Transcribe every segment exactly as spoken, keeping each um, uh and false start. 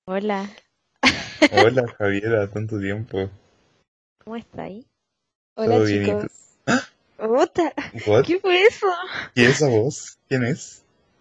Hola, Hola Javiera, tanto tiempo. ¿cómo estáis? Hola ¿Todo bien y tú? chicos. Puta, ¿What? ¿qué fue eso? ¿Y esa voz? ¿Quién es?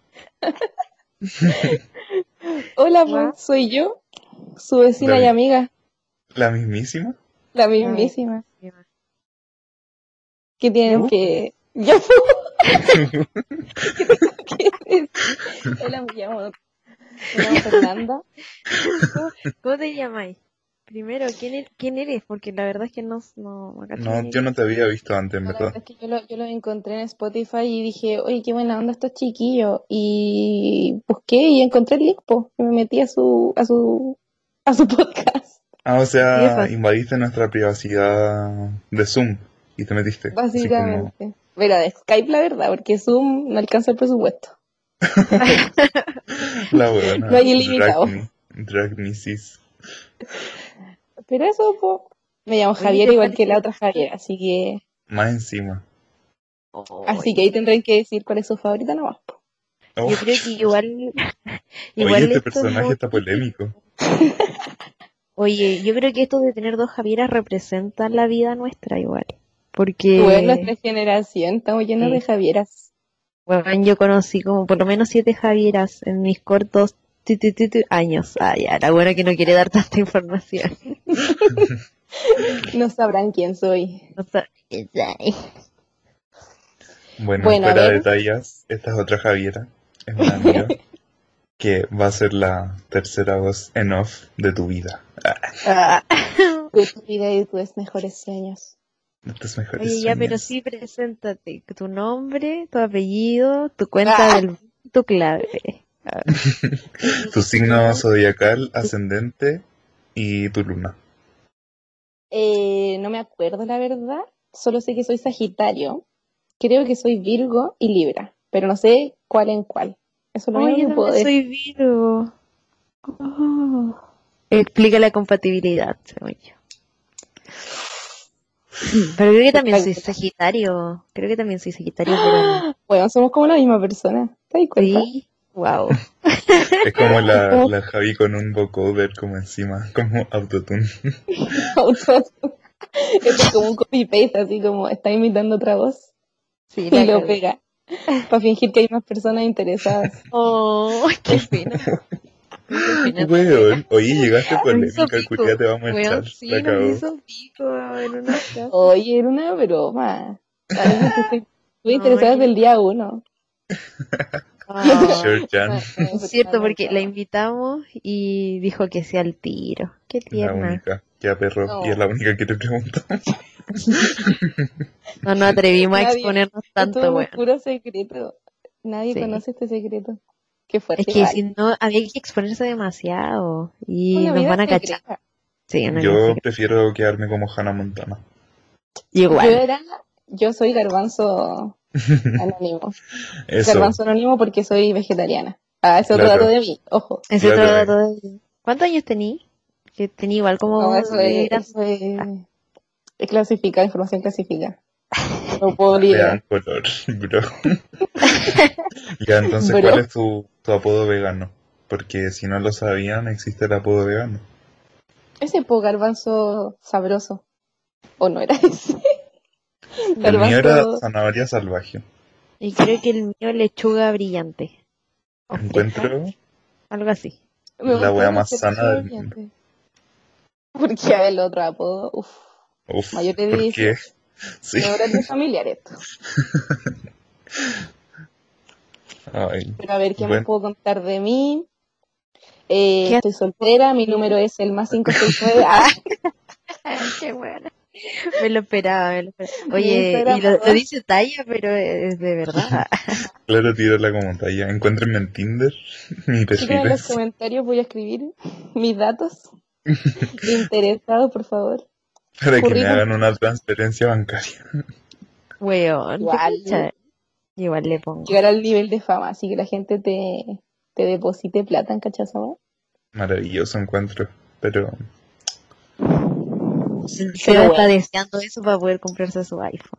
Hola, Guau, po, soy yo, su vecina ¿La, y mi- amiga, la mismísima? la la mismísima. misma. ¿Qué tienes Uh. que...? Ya, po, ¿qué tengo que decir? Hola, me llamo, me llamo Fernanda. ¿Cómo, cómo te llamáis? Primero, ¿quién, er- quién eres? Porque la verdad es que no, no me cacho quién No, yo eres. no te había visto antes, en No, la verdad. verdad es que yo lo, yo lo encontré en Spotify y dije, oye, qué buena onda estos chiquillos. Y busqué y encontré el link, po, y me metí a su, a su, a su podcast, Ah, o Así de sea, fácil. invadiste nuestra privacidad de Zoom y te metiste. Así como básicamente. Pero de Skype, la verdad, porque Zoom no alcanza el presupuesto. la No buena. hay Drag ilimitado. me. Drag me sis. Pero eso, po, me llamo Oye, Javier ¿te igual que la parece? otra Javier, así que Más encima. así Ay, que ahí tendrán que decir cuál es su favorita nomás, po. Oh, yo creo que igual, oye, igual este esto es personaje muy... está polémico. Oye, yo creo que esto de tener dos Javieras representa la vida nuestra igual. Bueno, Porque, nuestra generación estamos llenos de sí, Javieras. bueno, yo conocí como por lo menos siete Javieras en mis cortos tu, tu, tu, tu, años. Ah, ya, la buena que no quiere dar tanta información. No sabrán quién soy. O sea, ay. Bueno, Bueno, a fuera de ver, detalles, esta es otra Javiera. Es una amiga que va a ser la tercera voz en off de tu vida. Ah, Ah. de tu vida y de tus mejores sueños. de tus mejores Oye, ya, pero sueños. sí, preséntate. Tu nombre, tu apellido, tu cuenta Ah, del tu clave. A ver. Tu signo zodiacal, ascendente y tu luna. eh, no me acuerdo la verdad, solo sé que soy Sagitario, creo que soy Virgo y Libra, pero no sé cuál en cuál. Eso es lo único Oye, yo que puedo también decir. soy Virgo. Oh. Explica la compatibilidad, según yo. Pero creo que también soy Espectacular. Sagitario. Creo que también soy Sagitario, pero no. Bueno, somos como la misma persona. ¿Te das cuenta? Sí, wow. Es como Es la, como la Javi con un vocoder como encima, como autotune. auto. Esto es como un copy-paste, así como está imitando otra voz Sí, y la lo cago. pega para fingir que hay más personas interesadas. Oh, qué pena. Uy, qué pena tu amiga. Weón, oye, llegaste Nos hizo polémica, culia, pico. te vamos a echar. Weón, La sí, nos acabó. hizo pico en una frase. Oye, era una broma. Amiga, te estoy, estoy No, interesada desde qué el día uno. Sure, Ay, Jan. No, no es es broma, cierto, no es porque la broma. invitamos y dijo que sea al tiro. Qué La tierna. única. Ya perro. Y es No, la única que te pregunto. No nos atrevimos a nadie. exponernos Esto es tanto, un weón. puro secreto. Nadie Sí. conoce este secreto. Qué Es fuerte, que igual. si no, había que exponerse demasiado y Una nos vida van a cachar. secreta. Sí, una vida Yo secreta. prefiero quedarme como Hannah Montana. Yo Igual. era, yo soy garbanzo anónimo. Eso, Garbanzo anónimo porque soy vegetariana. Ah, ese otro dato claro, de mí, ojo. Ese otro claro. dato eh. de... ¿Cuántos años tení? Que tenía igual No, como eso de es, grande. eso Ah, es, es clasificada, información clasificada. No puedo Le liberar. dan color, bro. Ya, entonces, ¿cuál Bro, es tu, tu apodo vegano? Porque si no lo sabían, existe el apodo vegano. ese po garbanzo sabroso. ¿O no era ese? El mío era Garbanzo zanahoria salvaje. y creo que el mío lechuga brillante. O fresa, Encuentro algo así. me la gusta wea igual más ser sana lechuga del mundo. brillante. Porque a ver, el otro apodo, uff, Uf, mayor de ¿por qué? dieciocho. Sí. No era ni familiar esto. Ay, Pero a ver, ¿qué más bueno, puedo contar de mí? Eh, ¿Qué estoy soltera, mi número es el más cinco seis nueve. Ah, Ay, qué buena. Me lo esperaba, me lo esperaba. mi Oye, y Instagram lo, lo arroba. dice talla, pero es de verdad. claro, tírala como talla. Encuéntrenme en Tinder. Mi Chicos, perfil en los es comentarios voy a escribir mis datos. Interesado, por favor. para que me Currículum. hagan una transferencia bancaria. Weón, ¿te Igual, cachai? Igual le pongo. llegar al nivel de fama, así que la gente te, te deposite plata en cachazo. Maravilloso encuentro. Pero El Pero Seba está bueno. deseando eso para poder comprarse su iPhone.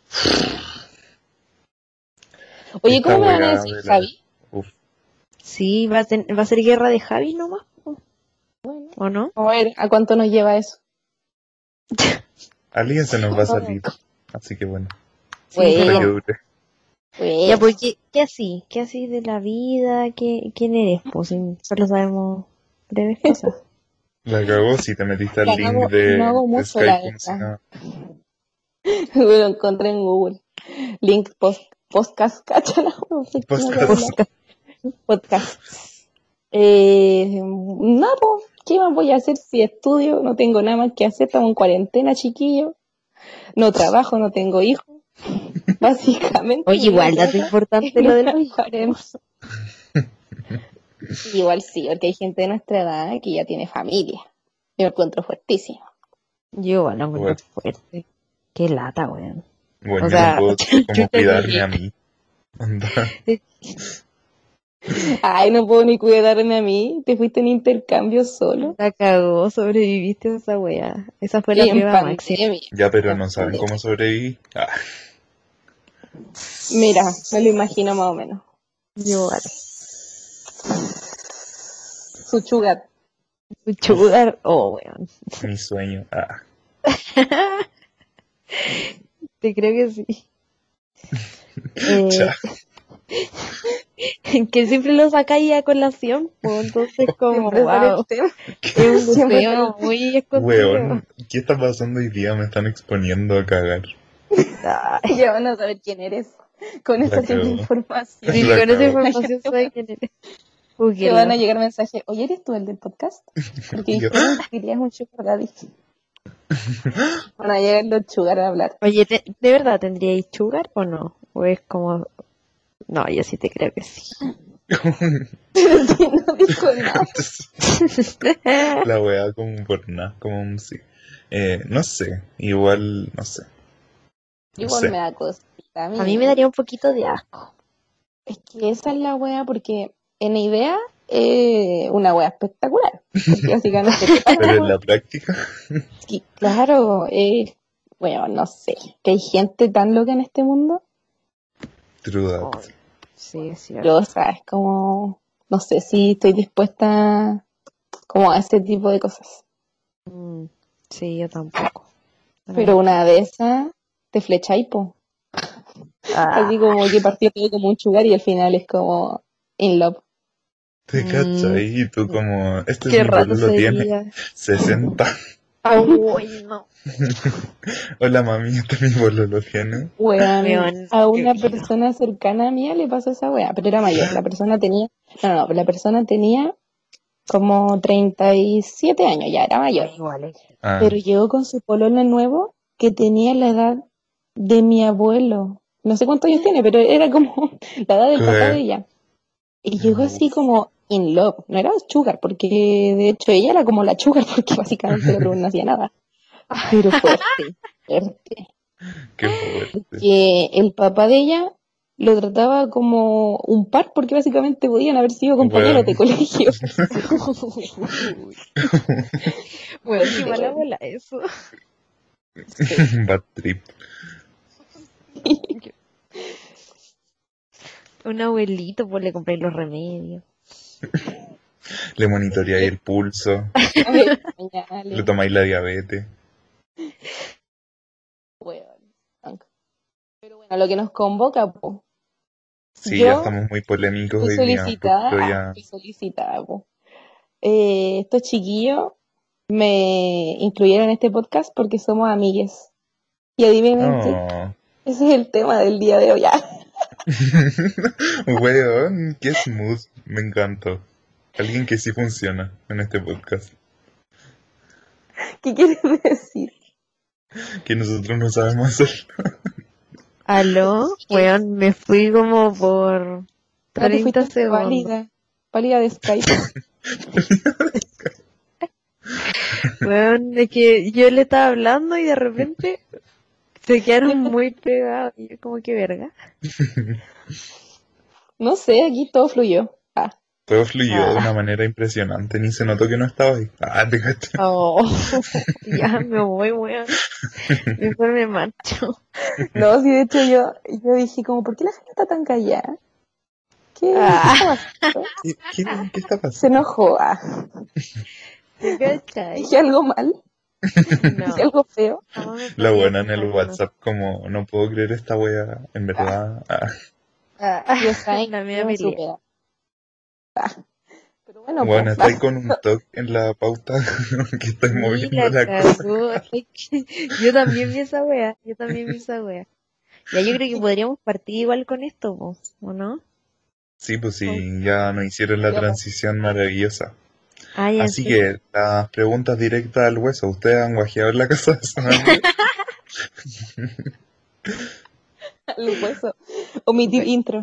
Oye, esta ¿cómo me van a weá decir de la... Javi? Uf, Sí, va a, ten- va a ser guerra de Javi nomás. Po. Bueno, ¿o no? a ver, ¿a cuánto nos lleva eso? Alguien se nos va a salir. Así que bueno, Sí, Bueno. hasta que pero dure. ya, pues, ¿qué, qué así? ¿Qué así de la vida? ¿Qué, ¿Quién eres? Pues si solo sabemos breves cosas. La cagó si te metiste al La link hago- de, no hago de mucho, Skype la como si verdad. nada. Lo encontré en Google. Link post, podcast, cáchala. No sé qué me acuerdo. Podcast. Podcast. Eh, no, pues, ¿qué más voy a hacer si estudio? No tengo nada más que hacer, estamos en cuarentena, chiquillo. No trabajo, no tengo hijos. Básicamente. Oye, mi vida igual, dato se basa importante en lo de los una hijos. cuarentena. Igual sí, porque hay gente de nuestra edad que ya tiene familia. Yo lo encuentro fuertísimo. Yo igual lo encuentro Bueno. fuerte. Qué lata, weón. Bueno, O yo sea, no puedo como chuta cuidarme que- a mí. Onda. Ay, no puedo ni cuidarme a mí. Te fuiste en intercambio solo. La cagó, sobreviviste a esa wea. Esa fue la Y en prueba máxima. pandemia. Ya, pero En no saben pandemia. cómo sobreviví. Ah, Mira, me lo imagino más o menos. Yo igual. Su sugar. Sugar, oh, weón. mi sueño. Ah. Te creo que sí. Eh, Cha. que siempre lo sacáis a colación, pues entonces como, Siempre sale wow, el tema. es un Siempre deseo muy escondido. Weón, ¿qué está pasando hoy día? Me están exponiendo a cagar. Ay, Ya van a saber quién eres. Con La esa tipo de cagó. información. sí, La con esa cagó. información soy quién eres. Te van a Júguenlo. llegar mensajes. Oye, ¿eres tú el del podcast? Porque Y yo, dijeron que querías un sugar daddy. Van a llegar los sugar a hablar. Oye, ¿te- ¿de verdad tendríais sugar o no? ¿O es como...? No, yo sí te creo que sí. No dijo nada. la weá como por nada, como un sí. Eh, no sé, igual, no sé. No Igual sé. me da cosita. A mí, A mí me daría un poquito de asco. Es que esa es la wea, porque en idea es una wea espectacular. Porque básicamente te Pero pagan en por- la práctica, y claro, eh, bueno, no sé. Que hay gente tan loca en este mundo. true Oh, that. sí, es cierto. Yo, o sea, es como, no sé si estoy dispuesta como a ese tipo de cosas. Mm, sí, yo tampoco. La Pero verdad una de esas te flecha y po. Ah, Así como que partió todo como un chugar y al final es como in love. ¿Te Mm. cachai? Y tú como, este es qué mi rato pololo, tiene sería. sesenta. Ay, no. Hola mami, este es mi pololo, tiene. Weón, Weón, a una qué- persona cercana a mí le pasó esa wea, pero era mayor. La persona tenía, no, no, no, la persona tenía como treinta y siete años, ya era mayor. igual es. Ah, Pero llegó con su pololo nuevo que tenía la edad de mi abuelo. No sé cuántos años tiene, pero era como la edad del ¿qué? papá de ella. Y llegó así como in love. No era sugar, porque de hecho ella era como la sugar, porque básicamente el otro no hacía nada. Pero fuerte, fuerte. Qué fuerte. Que el papá de ella lo trataba como un par, porque básicamente podían haber sido compañeros Weón. de colegio. Weón, qué mala bola eso. Bad trip. Un abuelito, pues le compré los remedios. Le monitoreáis el pulso, A ver, le señales, tomáis la diabetes. weón. Pero bueno, lo que nos convoca, po. Sí, Yo ya estamos muy polémicos Fui hoy día. solicitada, Pero ah, ya... fui solicitada, po. Eh, estos chiquillos me incluyeron en este podcast porque somos amigues. Y adivinen qué, Oh. ese es el tema del día de hoy. Ah, Weón, qué smooth. Me encantó. Alguien que sí funciona en este podcast. ¿qué quieres decir? Que nosotros no sabemos hacer. ¿Aló? Weón, me fui como por Ah, te treinta fuiste segundos. pálida, pálida de Skype. Weón, es que yo le estaba hablando y de repente se quedaron muy pegados. Y yo como que verga. No sé, aquí todo fluyó. Ah, Todo fluyó de Ah. una manera impresionante. Ni se notó que no estaba ahí. Ah, te caché. Oh, ya me voy, weón. Mejor me marcho. no, sí, de hecho yo, yo dije como, ¿por qué la gente está tan callada? ¿Qué, Ah. ¿qué está pasando? ¿Qué, qué, qué está Se pasando? enojó. Ah. ¿Te cachai? ¿Dije algo mal? ¿Dije No, algo feo? jamás me La podría buena en el juntar con WhatsApp como, no puedo creer esta wea, en verdad. Ah, Ah, yo saben la que media me pelea. supera. Ah, pero bueno, bueno, pues. estáis con un toque en la pauta que estáis Sí, moviendo la la cosa. cagó. ¿Sabes qué? Yo también vi esa wea. Yo también vi esa wea. Ya yo creo que podríamos partir igual con esto, po, ¿o no? Sí, pues Con- sí, ya nos hicieron la digamos, transición maravillosa. Ah, ya Así sí, po. que las preguntas directas al hueso. ¿Ustedes han guajeado en la casa de sus amigos? el hueso. Omitir Ok. intro.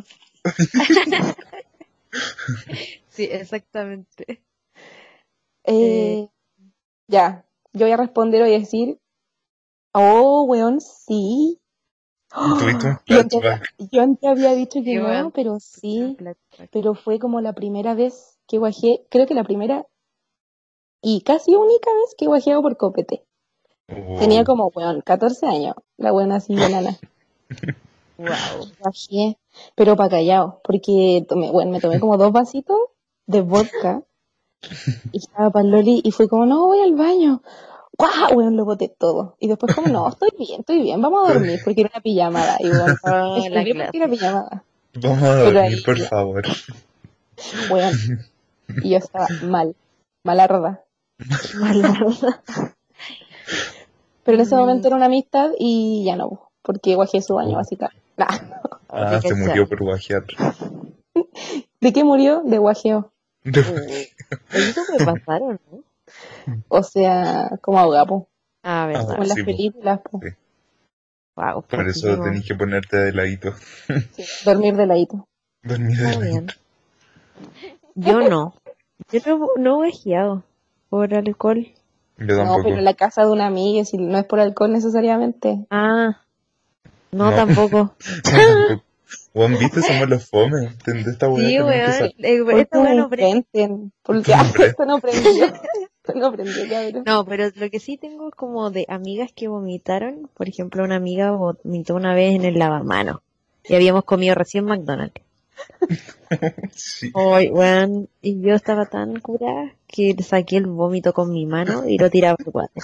Sí, exactamente. Eh, Eh, ya, yo voy a responder y decir, oh, weón, sí. ¿Tuviste un ¡Oh! Yo antes, flashback? yo antes había dicho que sí, no, weón. pero Tuve un sí, flashback. pero fue como la primera vez que guajeé, creo que la primera y casi única vez que guajeado por copete. Tenía Wow. como, weón, catorce años, la weona así enana. Wow. Guajeé, pero para callado, porque tomé, bueno, me tomé como dos vasitos de vodka y estaba para Loli y fue como, no, voy al baño. ¡Guau! Weón, lo boté todo. Y después como, no, estoy bien, estoy bien, vamos a dormir, porque era una pijamada. Y bueno, me Oh, la salvé porque era clase. pijamada. Vamos a Pero dormir, ahí por ya, favor. weón, y yo estaba mal, malarda. Malarda. Pero en ese Mm, momento era una amistad y ya no, porque guajé su baño, Uh, básicamente. Nah. oh, te ah, se murió cachai. por guajear. ¿De qué murió? De guajeo. Uh, oye, eso puede pasar, ¿o no? O sea, como ahogapo, Ah, Ah, verdad, como en las sí, verdad. po, películas, po. sí. Wow, Por eso fuertísimo. tenéis que ponerte de ladito. Sí, dormir de ladito. Dormir de Está ladito. bien. Yo no. Yo no, no he guiado por alcohol. Yo No, pero tampoco. en la casa de una amiga, si no es por alcohol necesariamente. Ah, no No, tampoco. no tampoco. Juan, viste, somos los fome. De esta weá Sí, tenemos que weón. salir. eh, Esta Porque weá me no prende. inventen. Porque ah, Hombre, esto no prendió. Esto no prendió, cabrón. No, pero lo que sí tengo es como de amigas que vomitaron. Por ejemplo, una amiga vomitó una vez en el lavamanos. Y habíamos comido recién McDonald's. sí. Hoy, weón. Y yo estaba tan curada que le saqué el vómito con mi mano y lo tiraba al water.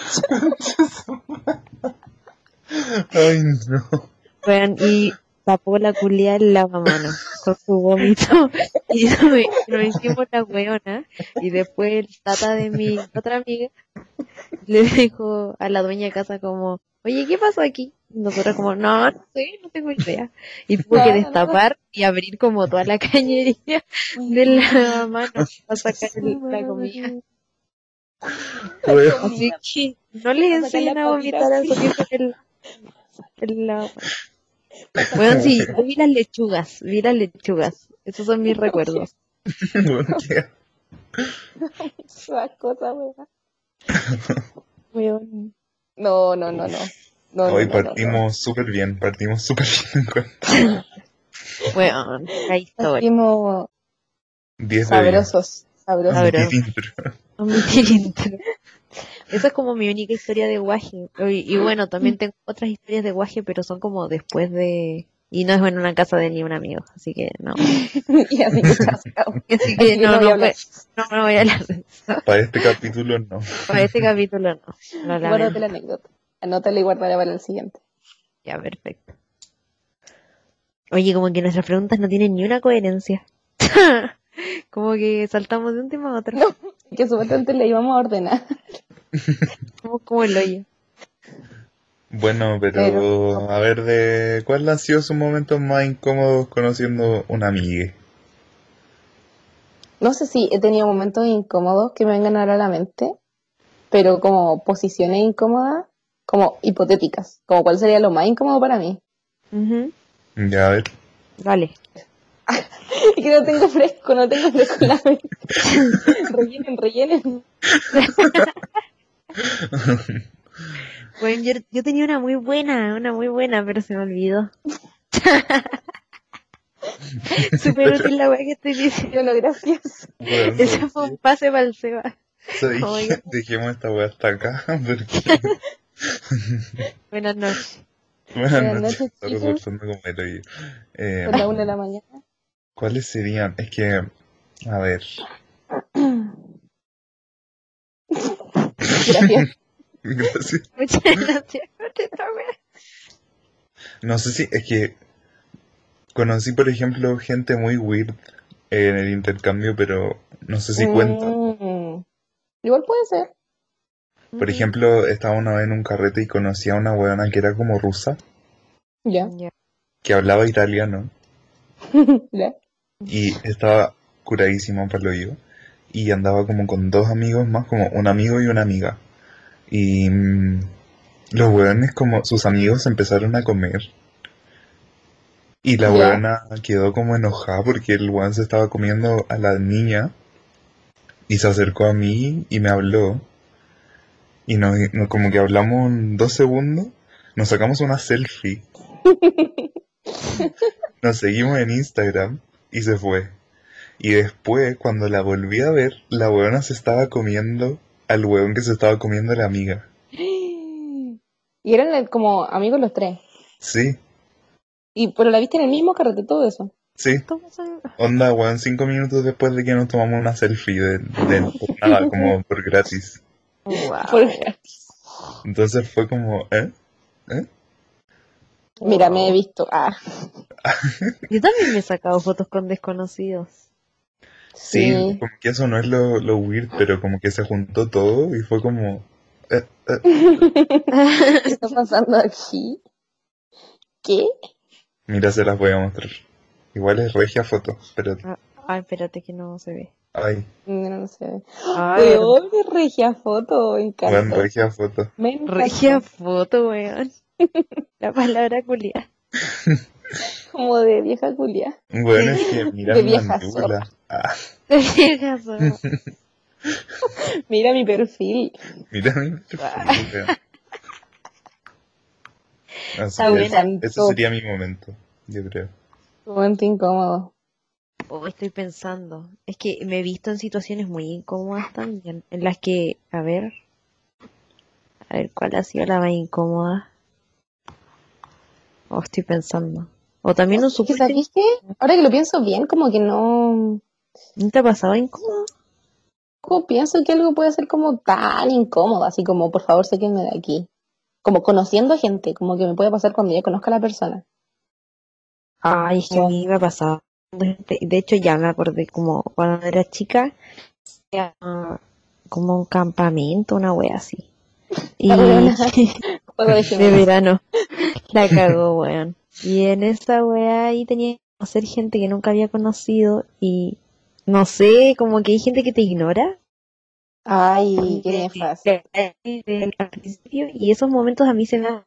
Ay, no. Weón, y tapó la culia el lavamanos con su vómito. Y nos, nos hicimos la weona. Y después el tata de mi otra amiga le dijo a la dueña de casa como, oye, ¿qué pasó aquí? Y nosotros como, no, no sé, no tengo idea. Y tuvo que Nada, nada. destapar y abrir como toda la cañería del lavamanos para sacar el- la comida. Madre. La Wea. Así comida. que no les Para sacar las enseñen a papitas vomitar a sus fritas. hijos en el, el lavamanos. Para Bueno, sacar sí, yo vi las lechugas, vi las lechugas. Esos son mis recuerdos. Weón, qué las cosas, weón. Weón. No, no, no, no. No, no, Hoy no, no, no. partimos súper bien, partimos súper bien en cuenta. Weón, la historia. Partimos diez de diez. sabrosos, sabrosos. Omitir Cabrón, intro. omitir intro. Esa es como mi única historia de guaje. Y, y bueno, también tengo otras historias de guaje, pero son como después de... Y no es en una casa de ni un amigo, así que no. Y así que chascao. Así que Así que no, no voy a no hablar. fue, no, no voy a hablar de eso. Para este capítulo no. Para este capítulo no, lo Guárdate lamento. la anécdota. Anótala y guárdala para el siguiente. Ya, perfecto. Oye, como que nuestras preguntas no tienen ni una coherencia. Como que saltamos de un tema a otro. No, que supuestamente le íbamos a ordenar. Somos como el hoyo. Bueno, Pero pero a ver, de ¿cuáles han sido sus momentos más incómodos conociendo una amiga? no sé si he tenido momentos incómodos que me vengan ahora a la mente, pero como posiciones incómodas, como hipotéticas. Como cuál sería lo más incómodo para mí. Ujú. Ya, a ver. Vale. Y que no tengo fresco, no tengo fresco en la mente. Rellenen, rellenen. Bueno, yo, yo tenía una muy buena, una muy buena, pero se me olvidó. Súper útil la weá que estoy diciendo. Bueno, gracias. Bueno, Ese fue un pase para el Seba. ¿sabes Oh my qué? God. Dejemos esta weá hasta acá, porque Buenas noches. buenas Buenas noches, noches, está chicos. reportando como el hoyo. Eh, Son las una de la mañana. ¿cuáles serían? Es que, a ver, Gracias. Gracias. Muchas gracias por esta wea. No sé si es que conocí, por ejemplo, gente muy weird en el intercambio, pero no sé si cuenta. Mm, Igual puede ser. Por Ujú. ejemplo, estaba una vez en un carrete y conocí a una weona que era como rusa, Ya. Ya. que hablaba italiano Ya. y estaba curadísima para lo yo. Y andaba como con dos amigos más, como un amigo y una amiga. Y mm, los weones, como sus amigos, empezaron a comer. Y la Ya. weona quedó como enojada porque el weón se estaba comiendo a la niña y se acercó a mí y me habló. Y nos, no- como que hablamos en dos segundos, nos sacamos una selfie, nos seguimos en Instagram y se fue. Y después, cuando la volví a ver, la weona se estaba comiendo al weón que se estaba comiendo la amiga. Y eran eh, como amigos los tres. Sí, Y pero la viste en el mismo carrete, todo eso. sí. ¿Cómo son? Onda, weón, cinco minutos después de que nos tomamos una selfie de, de por nada, como por gratis. Por- Wow. Entonces fue como, ¿eh? ¿Eh? Mira, me he Wow. visto. Ah, Yo también me he sacado fotos con desconocidos. Sí, sí. como que eso no es lo, lo weird, pero como que se juntó todo y fue como, ¿eh? ¿Eh? ¿Qué está pasando aquí? ¿Qué? Mira, se las voy a mostrar. Igual es regia foto, pero, Ah, Ay, espérate que no se ve. ay, No, no sé. Ay, verdad. Weón, qué regia foto, me buen encantó. regia foto. Me encantó. Regia foto, weón. La palabra culia. Como de vieja culia. Bueno, es que De mira mi vieja zorra. mandíbula. Ah, De vieja zorra. Mira mi perfil. mira mi perfil, weón. Así Está Me es. buena. Ese encantó. sería mi momento, yo creo. Momento incómodo. Oh, estoy pensando. Es que me he visto en situaciones muy incómodas también. En las que, a ver, a ver, ¿cuál ha sido la más incómoda? Oh, estoy pensando. O también un Es que, supuesto. ¿sabéis qué? Ahora que lo pienso bien, como que no... ¿No te ha pasado incómodo? Como pienso que algo puede ser como tan incómodo, así como, por favor, sáquenme de aquí. Como conociendo gente, como que me puede pasar cuando ya conozca a la persona. Ay, es que a mí me ha pasado. De de hecho, ya me acordé como cuando era chica, era como un campamento, una wea así. La Y weona, juego de de gemelas. verano, la cagó, weón. Y en esa wea ahí tenía que conocer gente que nunca había conocido y no sé, como que hay gente que te ignora Ay, qué de- nefas. de- de- al principio y esos momentos a mí se me han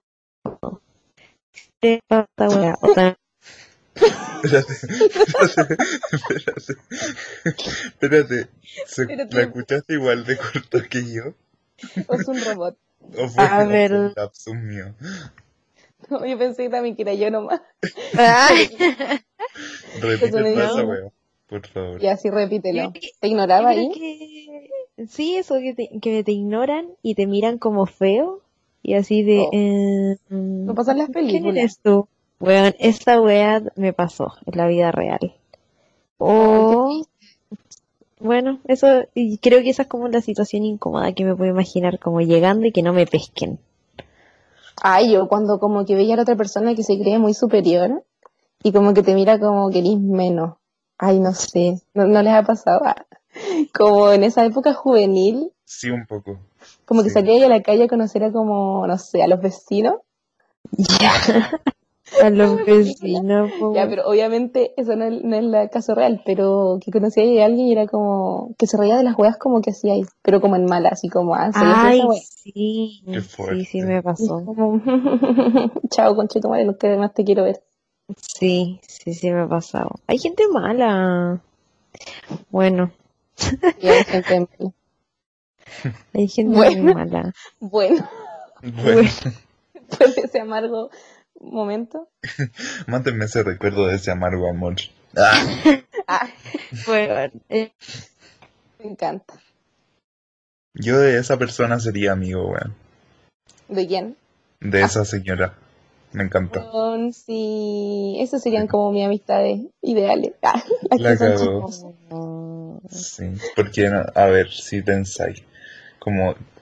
esta wea. O también Espérate, espérate, espérate. Espérate, ¿se- Pero ¿la tú, escuchaste igual de corto que yo? es un robot. ¿O fue, a o fue un ver. lapsus mío? No, yo pensé también que era yo nomás. Ay. Pues Repite uno toda dice esa No. como, wea, por favor. y así Yo creo repítelo. que, ¿Te yo ignoraba creo ahí? que sí, eso que te, que te ignoran y te miran como feo y así de, Oh, eh, no mm, pasan las ¿quién películas. eres tú? Bueno, esta wea me pasó en la vida real. Ay, qué O, triste. bueno, eso, y creo que esa es como la situación incómoda que me puedo imaginar, como llegando y que no me pesquen. Ay, yo cuando como que veía a la otra persona que se cree muy superior y como que te mira como que eres menos. Ay, no sé, no, no les ha pasado. Ah, como en esa época juvenil, Sí, un poco. como que Sí. salía yo a la calle a conocer a como, no sé, a los vecinos. Ya, a los Película. vecinos, Ya, po. pero obviamente eso no es, no es el caso real, pero que conocía a alguien y era como que se reía de las weas como que hacía ahí, pero como en mala, así como, ah, soy así esa Ay, wea. sí, Qué sí, sí fuerte. me Y es pasó. como, chao, conchetumare, nunca más te quiero ver. Sí, sí, sí me ha pasado. Hay gente mala. Bueno, Y hay gente mala. hay gente muy Bueno, mala. bueno, Bueno, Bueno, después de ese amargo momento. mántenme ese recuerdo de ese amargo amor. Ah, Ah, bueno, eh, me encanta. yo de esa persona sería amigo, weón. ¿De quién? De Ah, esa señora. Me encanta. con sí, esas Sí. serían como mis amistades ideales. Ah, las que La son cagó. chistosas. oh, Sí. Porque, no- a ver, si pensáis. Como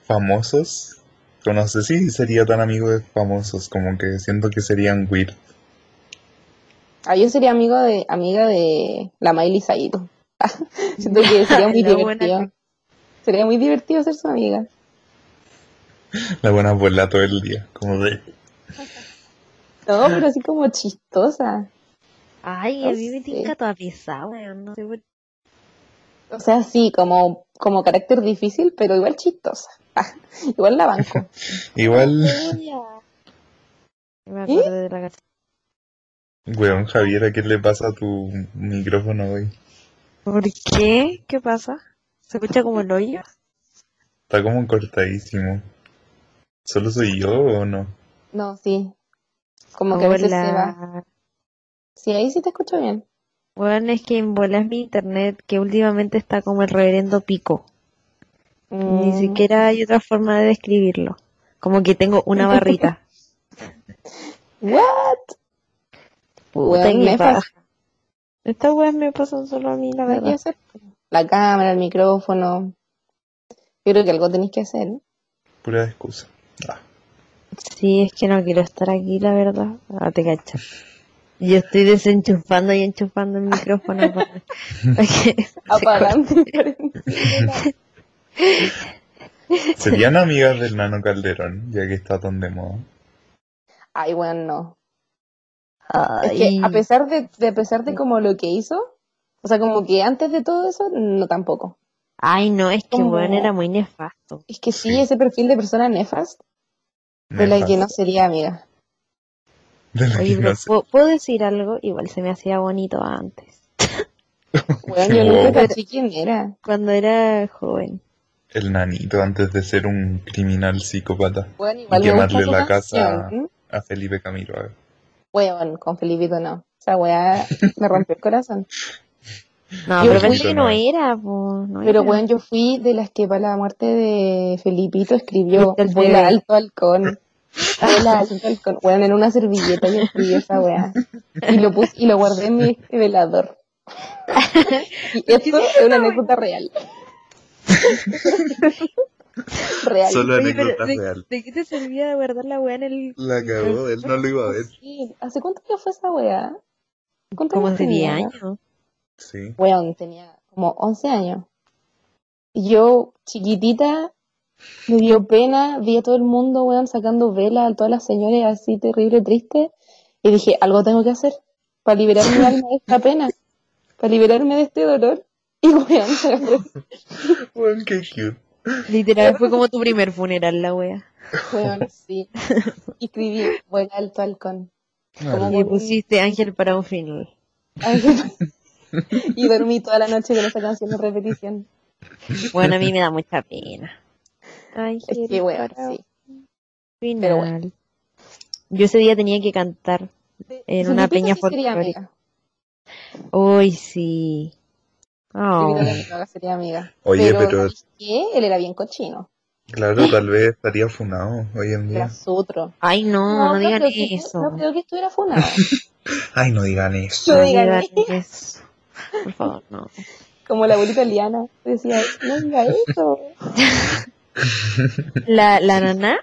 famosos, pero no sé si sería tan amigo de famosos, como que siento que serían weird. Ah, yo sería amigo de, amiga de la Miley Cyrus. Siento que sería muy La buena divertido. Sería muy divertido ser su amiga. La buena abuela todo el día, como de... No, pero así como chistosa. Ay, No a mí me sé. tinca toda pesada, weón. No sé por O sea, sí, como, como carácter difícil, pero igual chistosa. Igual la banco. Igual, qué. Me ¿Eh? acordé de la canción. weón, Javiera, ¿qué le pasa a tu micrófono hoy? ¿Por qué? ¿Qué pasa? ¿Se escucha como el hoyo? Está como cortadísimo. ¿Solo soy yo o no? No, sí. Como que a veces se va. Hola. Sí, ahí sí te escucho bien. Bueno, es que en bolas mi internet que últimamente está como el reverendo pico. Ni Mm, siquiera hay otra forma de describirlo. Como que tengo una barrita. ¿What? Puta, Weón, qué paja. nefas. Estas weas me pasan solo a mí, la Nada que verdad. hacer. La cámara, el micrófono. Yo creo que algo tenéis que hacer. Pura excusa. Ah, Sí, es que no quiero estar aquí, la verdad. Ah, te cachas. Yo estoy desenchufando y enchufando el micrófono para, para que se corte. Apagando y prendiéndola. ¿serían amigas del Nano Calderón, ya que está tan de moda? Ay, weón, no. Es que a Ay, pesar de, de a pesar de como lo que hizo, o sea, como que antes de todo eso, no tampoco. ay, no, es que bueno, era Como, muy nefasto. es que sí, Sí, ese perfil de persona nefast, de la que no nefasto. sería amiga. De la Oye, que pero no sé. ¿puedo, puedo decir algo? Igual se me hacía bonito antes. Weón, yo nunca Wow. caché quién era. Cuando era joven. El nanito antes de ser un criminal psicópata Weón, y igual me gusta quemarle su la casa canción. a Felipe Camiroaga. Weón, con Felipito no. O sea, weá, me rompió el corazón. No, Yo pero fui, parece Felipito que no no es. era, pues, no pero era. weón, yo fui de las que para la muerte de Felipito escribió Fuiste el Vuela bebé. alto halcón. Vuela alto halcón. Weón, en una servilleta yo escribí esa weá. Y lo puse, y lo guardé en mi velador. Y ¿Por qué esto hiciste es una esa anécdota wea? real. Real. Solo Oye, pero anécdota ¿de, real. de qué te servía de guardar la weá en el La cagó, él no velador? lo iba a No ver. sé, ¿hace cuánto que fue esa weá? ¿Cuántos Como años hace diez tenía? años. Sí. Weón, tenía como once años. Y yo, chiquitita, me dio pena, vi a todo el mundo, weón, sacando velas, a todas las señoras así terrible, triste. Y dije, algo tengo que hacer para liberar mi alma de esta pena, para liberarme de este dolor. Y weón, me ofrecí, Bueno, qué cute. me Literal, fue ofrecí, como tu primer funeral, la wea. weón, sí. Y escribí, vuela alto halcón, como Mal. Y por un pusiste ángel para un final. ángel. Y dormí toda la noche con esa canción en repetición. Bueno, a mí me da mucha pena. Es que, Ángel weón, para un sí. Pero bueno, final. Yo ese día tenía que cantar de, de en una Felipito peña sí sería folclórica. amiga. Hoy sí. Felipito Oh. Camiroaga sería amiga. Oye, Pero, pero ¿sabes qué? Él era bien cochino. claro, tal vez estaría funado hoy en Era día. sutro. Ay, no, No, no no digan creo que no eso. creo que estuviera funado. Ay, no digan No eso. No digan digan eso. eso. Por favor, no. Como la abuelita Liana decía, no diga eso. La, la nana.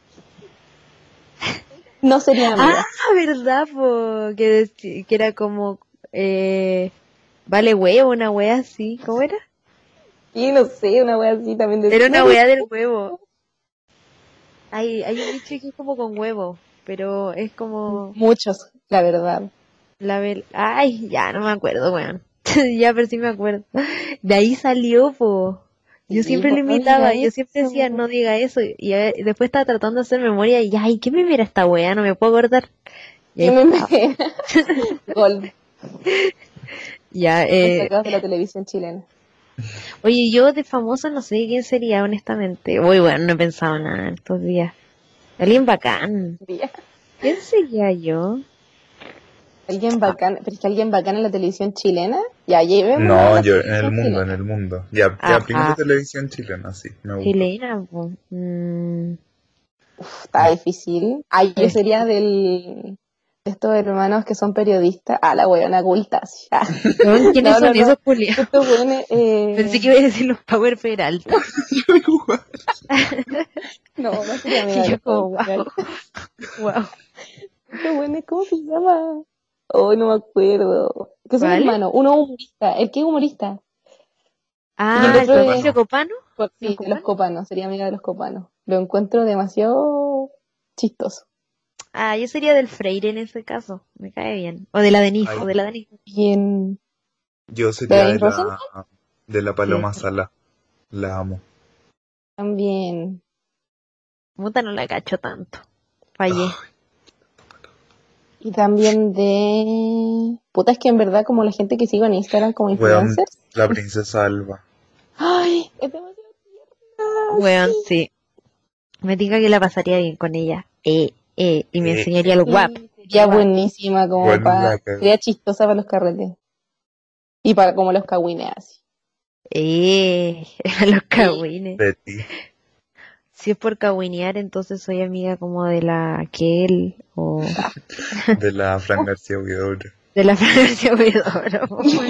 No serían Ah, amigas. ¿verdad? Po? Que, deci- que era como, eh, vale huevo, una wea así. ¿Cómo era? Y no sé, una wea así también Era decía. No una diga wea del huevo. eso. Hay, hay un dicho que es como con huevo, pero es como Muchos, la verdad. la vel... Ay, ya no me acuerdo, weón. Ya, pero sí me acuerdo. De ahí salió, po. Yo Sí, siempre lo pues no diga imitaba, yo siempre decía, eso. no diga eso. Y a- después estaba tratando de hacer memoria y, ay, ¿qué me mira esta wea? No me puedo acordar. Y ahí ¿Qué me estaba. me? Gol. Ya, eh, Destacados de la televisión chilena. oye, yo de famoso no sé quién sería, honestamente. Uy, bueno, no he pensado nada en estos días. Alguien bacán. Sería ¿Quién sería yo? alguien bacán, pero es que alguien bacán en la televisión chilena. Ya, llevémoslo a No, la yo en el televisión mundo, en chilena. el mundo. Ya, ya, primero Ah, televisión chilena, sí, me gusta. chilena, po. Mm, Uf, está difícil. Ay, yo es sería del, estos hermanos que son periodistas. Ah, la weona culta. Sí. Ah. Weón, ¿quiénes No, no, son no. esos culiados? Estos weones, eh... Pensé que iba a decir los Power Peralta. No, no sería Y amiga de yo los como, Power wow, Peralta. wow. Estos weones, ¿cómo se llama? Oh, no me acuerdo. Que son ¿Cuál? hermanos. Uno humorista. ¿El que es humorista? Y el Ah, ¿el otro es... Patricio Copano? Pues ¿Los sí, de los Copanos? copanos. Sería amiga de los copanos. Lo encuentro demasiado chistoso. Ah, yo sería del Freire en ese caso. Me cae bien. O de la Denise, Ay, o de la Denise. Y en... yo ¿De sería de Denis Rosen? la, de la Sí, Paloma de- Sala. La amo. También. Puta, no la cacho tanto. Fallé. Ay, Y también de... Puta, es que en verdad como la gente que sigo en Instagram como weón, influencers. la princesa Alba. Ay, es demasiado tierna. Weón, Sí. sí. Me diga que la pasaría bien con ella. Eh, eh, y me Eh, enseñaría el guap. Sí, sería buenísima como bueno, para... la cagó. Sería chistosa para los carretes. Y para como los cagüines así. Eh, los cagüines. Betty. Si es por cagüinear, entonces soy amiga como de la Kel o De la Fran García Huidobro. de la Francia Huidobro.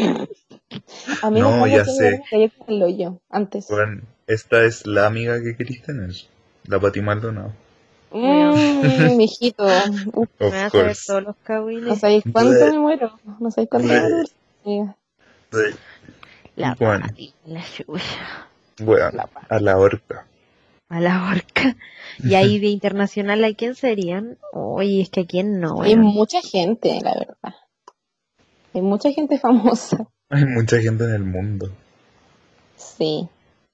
A mí me No, acuerdo ya que sé. me cayó con el hoyo antes. Bueno, esta es la amiga que querís tener. La Pati Maldonado. Weón, Mmm, mijito. Uf, me Of vas a saber course. todos los no cagüines. sabéis cuánto Bleh, me muero. No sabéis cuánto me muero. bleh, Amiga. bleh. La Bueno, Pati, la chucha. bueno, La pa- a la horca. A la horca. Y ahí de internacional, ¿a quién serían? Oye, es que a quién no, Hay weón. mucha gente, la verdad. Hay mucha gente famosa. Hay mucha gente en el mundo. Sí.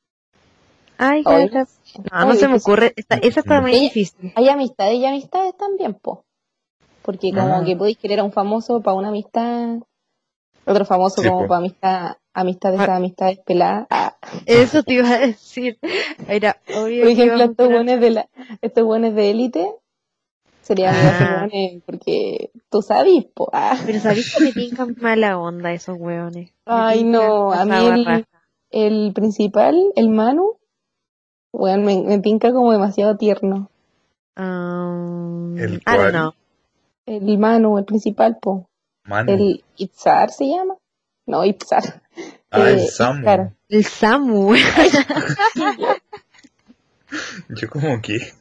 Ay, Hoy gata. No, no muy se me difícil. ocurre. Esta, esa está muy Hay, difícil. hay amistades y amistades también, po. Porque como Ah, que podéis querer a un famoso para una amistad, otro famoso sí, como pues. para amistad, amistad de Ah, esas amistades peladas. Ah. eso te iba a decir. Era Por obvio que ejemplo, íbamos a estos poner. buenos de la, estos buenos de élite, sería amiga de esos Ah, buenos porque tú sabes, po. Ah. pero ¿sabéis que me tincan mala onda esos weones? Me Ay, tincan no, a mí pasaba el, raja. el principal, el Manu, bueno, me, me tinca como demasiado tierno. Um, ¿El ah, cual? no. El Manu, el principal, po. Manu. El Itzar se llama. No, Itzar. Ah, el Eh, Samu. Itzar. El Samu. Ay, y yo, Yo como que...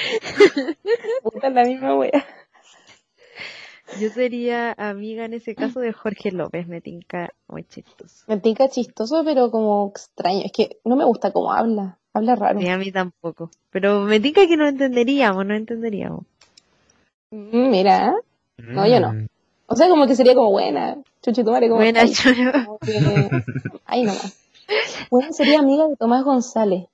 puta la misma wea. Yo sería amiga en ese caso de Jorge López, me tinca muy chistoso. Me tinca chistoso, pero como extraño. Es que no me gusta cómo habla. Habla Sí, raro. a mí tampoco. Pero me tinca que no entenderíamos, no entenderíamos. Mm, mira, no, yo no. Mm, O sea, como que sería como buena. Chuchi, tu madre, ¿cómo Buena, estáis? Choro. Como que... Ay, nomás. Bueno, sería amiga de Tomás González.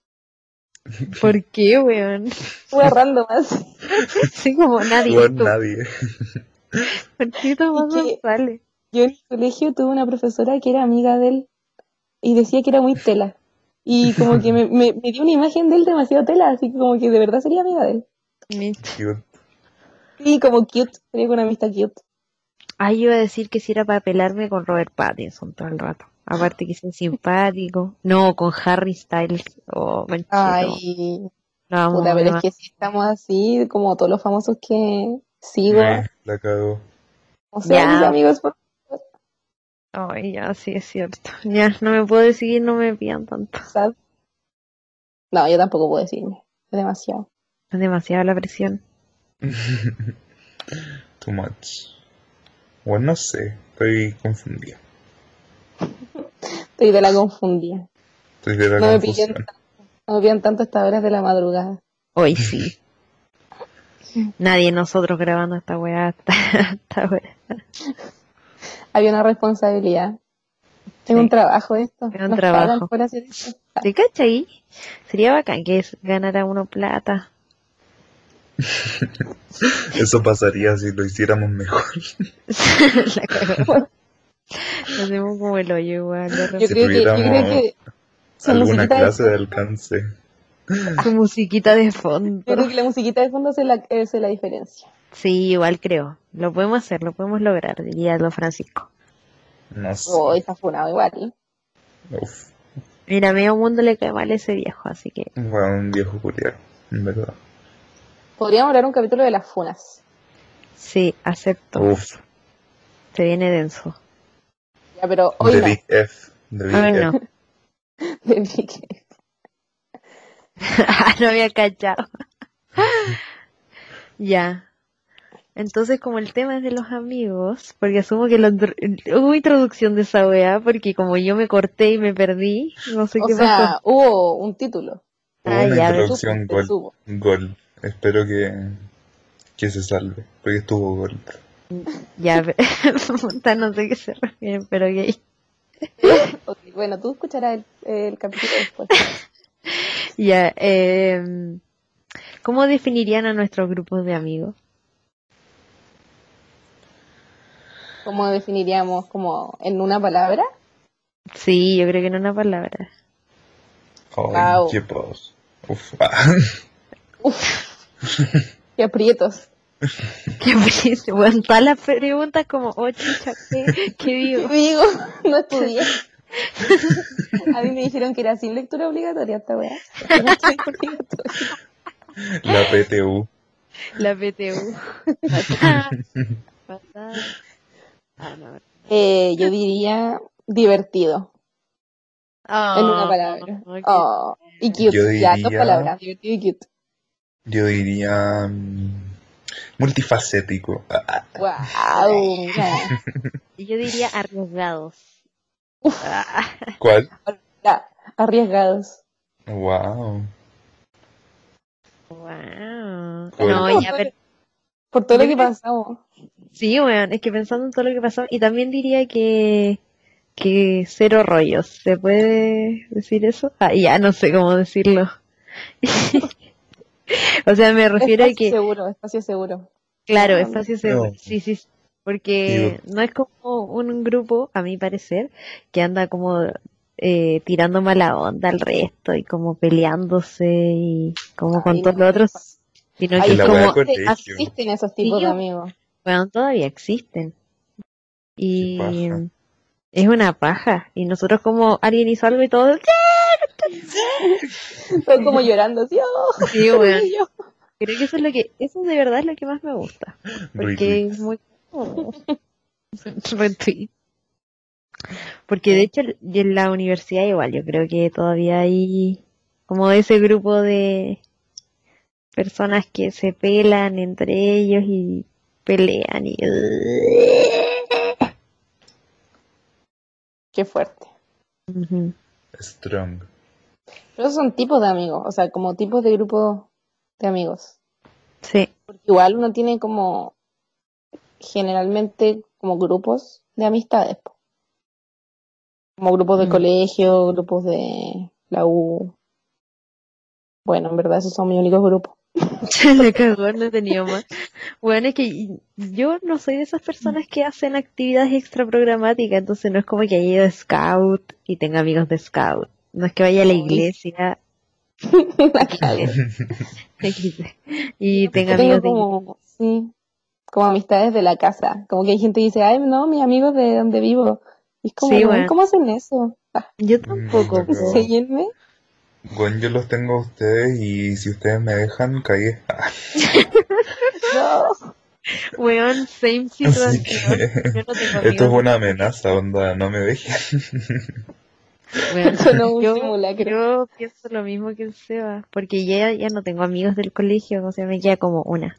¿Por qué, weón? Wea random así. Sí, como nadie. por Tú. nadie. ¿Por qué Y Tomás que González? yo en el colegio tuve una profesora que era amiga de él y decía que era muy tela. Y como que me, me, me dio una imagen de él demasiado tela, así que como que de verdad sería amiga de él. Mitch. Cute. Sí, como cute, sería con una amistad cute. Ay, iba a decir que si era para pelarme con Robert Pattinson todo el rato. Aparte que es simpático. No, con Harry Styles. Oh, manchito. Ay, Lo amo puta, pero es además. que si estamos así, como todos los famosos que sigo, Me la cagó. no sean mis Ya. amigos, por Ay, ya, sí es cierto. Ya, no me puedo seguir, no me pidan tanto. favor. No, yo tampoco puedo decirme, es demasiado. Es demasiada la presión. Too much. Bueno, no sé. Estoy confundido. Estoy de la confundida. Estoy de la No me pillen, confusión. no me pillen tanto estas horas de la madrugada. Hoy sí. Nadie de nosotros grabando esta weá hasta, hasta ahora. Había una responsabilidad. Es Sí, un trabajo esto. es un Nos pagan trabajo. por hacer esto. ¿Te cachai? Sería bacán que es- ganara uno plata. Eso pasaría si lo hiciéramos mejor. La cagó. Hacemos como el hoyo igual, de Yo Si repente. creo que, yo creo tuviéramos que su alguna musiquita de clase de fondo, alcance. Su musiquita de yo fondo. creo que la musiquita de fondo hace la, hace la diferencia. Sí, igual creo. Lo podemos hacer, lo podemos lograr, diría lo Francisco. No sé. Oh, está funado igual. Uf. Mira, a medio mundo le cae mal ese viejo, así que Bueno, un viejo culiao, en verdad. Podríamos hablar un capítulo de las funas. Sí, acepto. Uf, Se viene denso. Ya, pero hoy The no. Big F. The Big Ay, F. no. De Vicky. No había cachado. Ya. Entonces, como el tema es de los amigos, porque asumo que la intro- hubo introducción de esa weá, porque como yo me corté y me perdí, no sé O qué pasó. sea, hubo un título. Hubo Ah, una ya, a ver. introducción Te gol. subo. Gol. Espero que, que se salve. Porque estuvo gol. Ya, a ver. Puta, no sé qué se refieren, pero ok. Ok, bueno, tú escucharás el, el capítulo después. Ya, eh, ¿cómo definirían a nuestros grupos de amigos? ¿Cómo definiríamos como en una palabra? Sí, yo creo que en una palabra. Ay, Wow. qué pos. Uf. Ah. Qué aprietos. Qué buenísimo. Bueno, todas las preguntas como, oh, chucha, ¿qué, qué digo? Digo, no estudié. A mí me dijeron que era sin lectura obligatoria esta weá. Pero no es obligatoria. La P T U. La P T U. Fatal, fatal. Ah, no. Eh, yo diría divertido. En una Oh, palabra. qué Oh, y cute. Yo Ya, dos diría. palabras. Divertido y cute. Yo diría. mm, multifacético. Ah, Wow, mira. Y yo diría arriesgados. Ah, ¿Cuál? Ya, arriesgados. Wow. wow. Cool. No, Por ya, todo, pero por todo yo lo que creo pasamos. sí, weón, es que pensando en todo lo que pasó, y también diría que, que cero rollos. ¿Se puede decir eso? Ah, ya no sé cómo decirlo. O sea, me refiero a Espacio que, seguro, espacio seguro. claro, No, espacio seguro. No. Sí, sí, sí. Digo, Porque no es como un grupo, a mi parecer, que anda como eh, tirando mala onda al resto y como peleándose y como con ay, todos no. los otros, sino Ay, que en es la wea de como, existe- colegio. existen esos sí, tipos de amigos. bueno, todavía existen. Qué Y paja. es una paja. Y nosotros como alguien hizo algo y todo, Estoy como llorando así, oh, sí, pero weón. soy yo. Creo que eso es lo que, eso de verdad es lo que más me gusta. Porque es Retweets. muy oh, retweet. Porque de hecho y en la universidad igual, yo creo que todavía hay como ese grupo de personas que se pelan entre ellos y pelean y Qué fuerte. Ujú. Strong. Pero esos son tipos de amigos, o sea, como tipos de grupos de amigos. Sí. Porque igual uno tiene como, generalmente, como grupos de amistades, po. Como grupos de Mm. colegio, grupos de la U. Bueno, en verdad esos son mis únicos grupos. Se le cagó, no he tenido más. Bueno, es que yo no soy de esas personas que hacen actividades extraprogramáticas, entonces no es como que haya ido a Scout y tenga amigos de Scout. No es que vaya a la Ay. iglesia La X D, cago. X D, Yo y tenga tampoco tengo amigos de iglesia. como, sí, como amistades de la casa. Como que hay gente que dice, ay, no, mis amigos de donde vivo. Y es como, Sí, weón, bueno, ¿cómo hacen eso? Ah, yo Mm, la tampoco, po. cagó. enséñenme. Bueno, yo los tengo a ustedes y si ustedes me dejan, caí. Ah, No. Weón, same así situación. que Yo no tengo esto es amigos de una colegio. amenaza, onda, no me dejen. Weón, Esto no es un yo, simulacro. yo pienso lo mismo que el Seba, porque ya, ya no tengo amigos del colegio, o sea, me queda como una.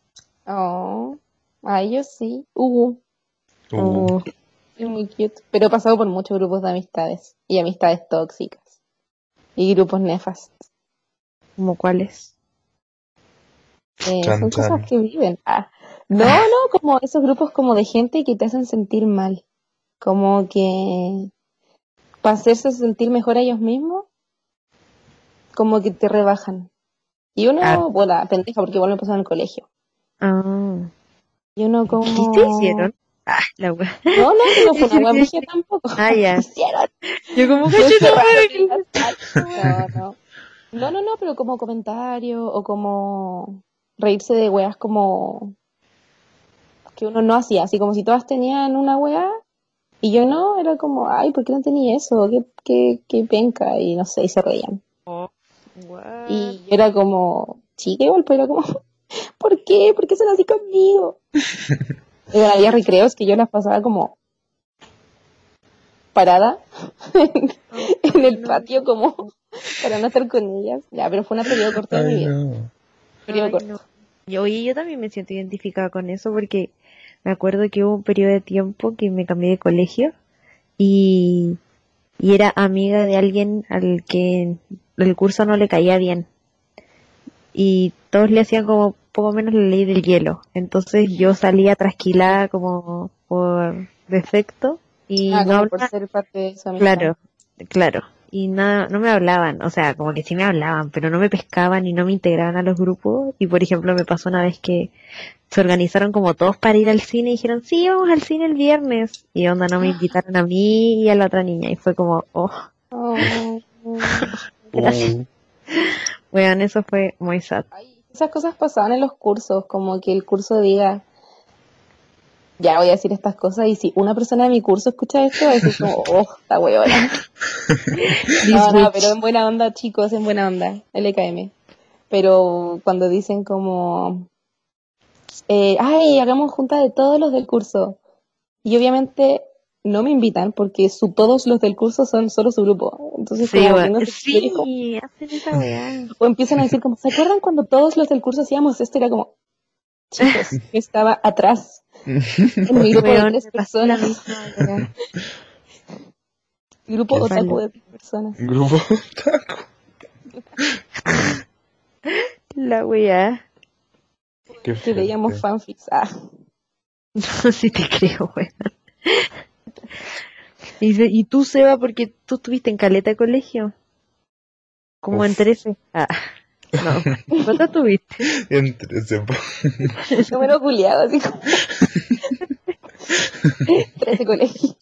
Oh, a ellos sí. Uh, Uh, O es muy cute. Pero he pasado por muchos grupos de amistades. Y amistades tóxicas. Y grupos nefastos. como cuáles. Eh, chan son cosas chan. que viven. Ah. No, no, como esos grupos como de gente que te hacen sentir mal. Como que para hacerse sentir mejor a ellos mismos, como que te rebajan. Y Ah, uno, bueno, pendeja, porque igual me pasó en el colegio. ah. Y uno ¿Qué te como... hicieron? Ah, la wea. No, no, no fue una Dije wea que- brígida tampoco. Ah, Me ya. hicieron. Yo como Me cacho tu encerraron madre en que la sala. esta wea. No, no. No, no, no, pero como comentario o como reírse de weas como que uno no hacía, así como si todas tenían una wea y yo no, era como, ay, ¿por qué no tenía eso? ¿Qué, qué, qué penca? Y no sé, y se reían. Oh, what? Y yo era como chica igual, pero era como, ¿Por qué? ¿Por qué son así conmigo? Y bueno, había recreos que yo las pasaba como parada en el no. patio como para no estar con ellas. Ya, pero fue un periodo corto de mi Ay, vida. no. Periodo Ay, corto. no. Y oye, yo también me siento identificada con eso porque me acuerdo que hubo un periodo de tiempo que me cambié de colegio y, y era amiga de alguien al que el curso no le caía bien y todos le hacían como poco menos la ley del hielo. Entonces yo salía trasquilada como por defecto y Ah, no como por hablaba, ser parte de su amistad. claro, claro. Y nada, no me hablaban, o sea, como que sí me hablaban, pero no me pescaban y no me integraban a los grupos. Y por ejemplo, me pasó una vez que se organizaron como todos para ir al cine y dijeron, sí, vamos al cine el viernes. Y onda, no me invitaron a mí y a la otra niña. Y fue como, oh, Oh. gracias. Uh, Weón, eso fue muy sad. Ay, esas cosas pasaban en los cursos, como que el curso diga, ya voy a decir estas cosas, y si una persona de mi curso escucha esto, va a decir como, oh, está huevona. This No, no, pero witch. en buena onda, chicos, en buena onda, L K M. Pero cuando dicen como, eh, ay, hagamos junta de todos los del curso. Y obviamente no me invitan porque su, todos los del curso son solo su grupo. Entonces Sí, como que weón. uno se quiere como- Sí, hacen esa weá. o empiezan a decir como, ¿se acuerdan cuando todos los del curso hacíamos esto? Era como, chicos, yo estaba atrás, en mi grupo de Weón, tres me pasó la personas, misma weá. grupo qué otaku Vale. de tres personas, grupo taco. La weá. Qué que veíamos fuerte. fanfics. Ah, No sé si te creo, weón. Y, se- y tú, Seba, porque tú estuviste en caleta de colegio. Como en Uf, trece. Ah, no. ¿Cuánto tuviste? entre ese po- número culiado, así como trece colegios.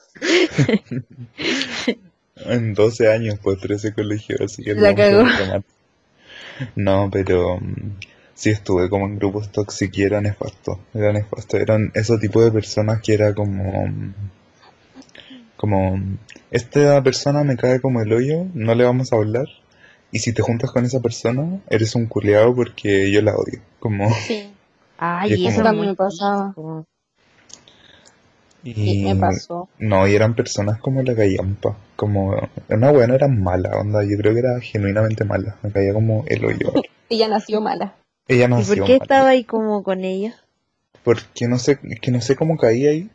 en doce años, pues trece colegios, así que La era un cagó. poquito más. No, pero mm, sí estuve como en grupos tóxicos y era nefasto. Era nefasto. Eran esos tipos de personas que era como. mm, Como. mm, Esta persona me cae como el hoyo, no le vamos a hablar. Y si te juntas con esa persona, eres un culiao porque yo la odio. Como. Sí, Y es Ay, eso eso es como. también muy me pasaba. típico. Sí, me Y. pasó. No, y eran personas como la callampa. Como. Una buena era mala, onda. Yo creo que era genuinamente mala. Me caía como el hoyo ahora. Ella nació mala. Ella ¿Y por nació qué mal. estaba ahí como con ella? Porque no sé, que no sé cómo caí ahí.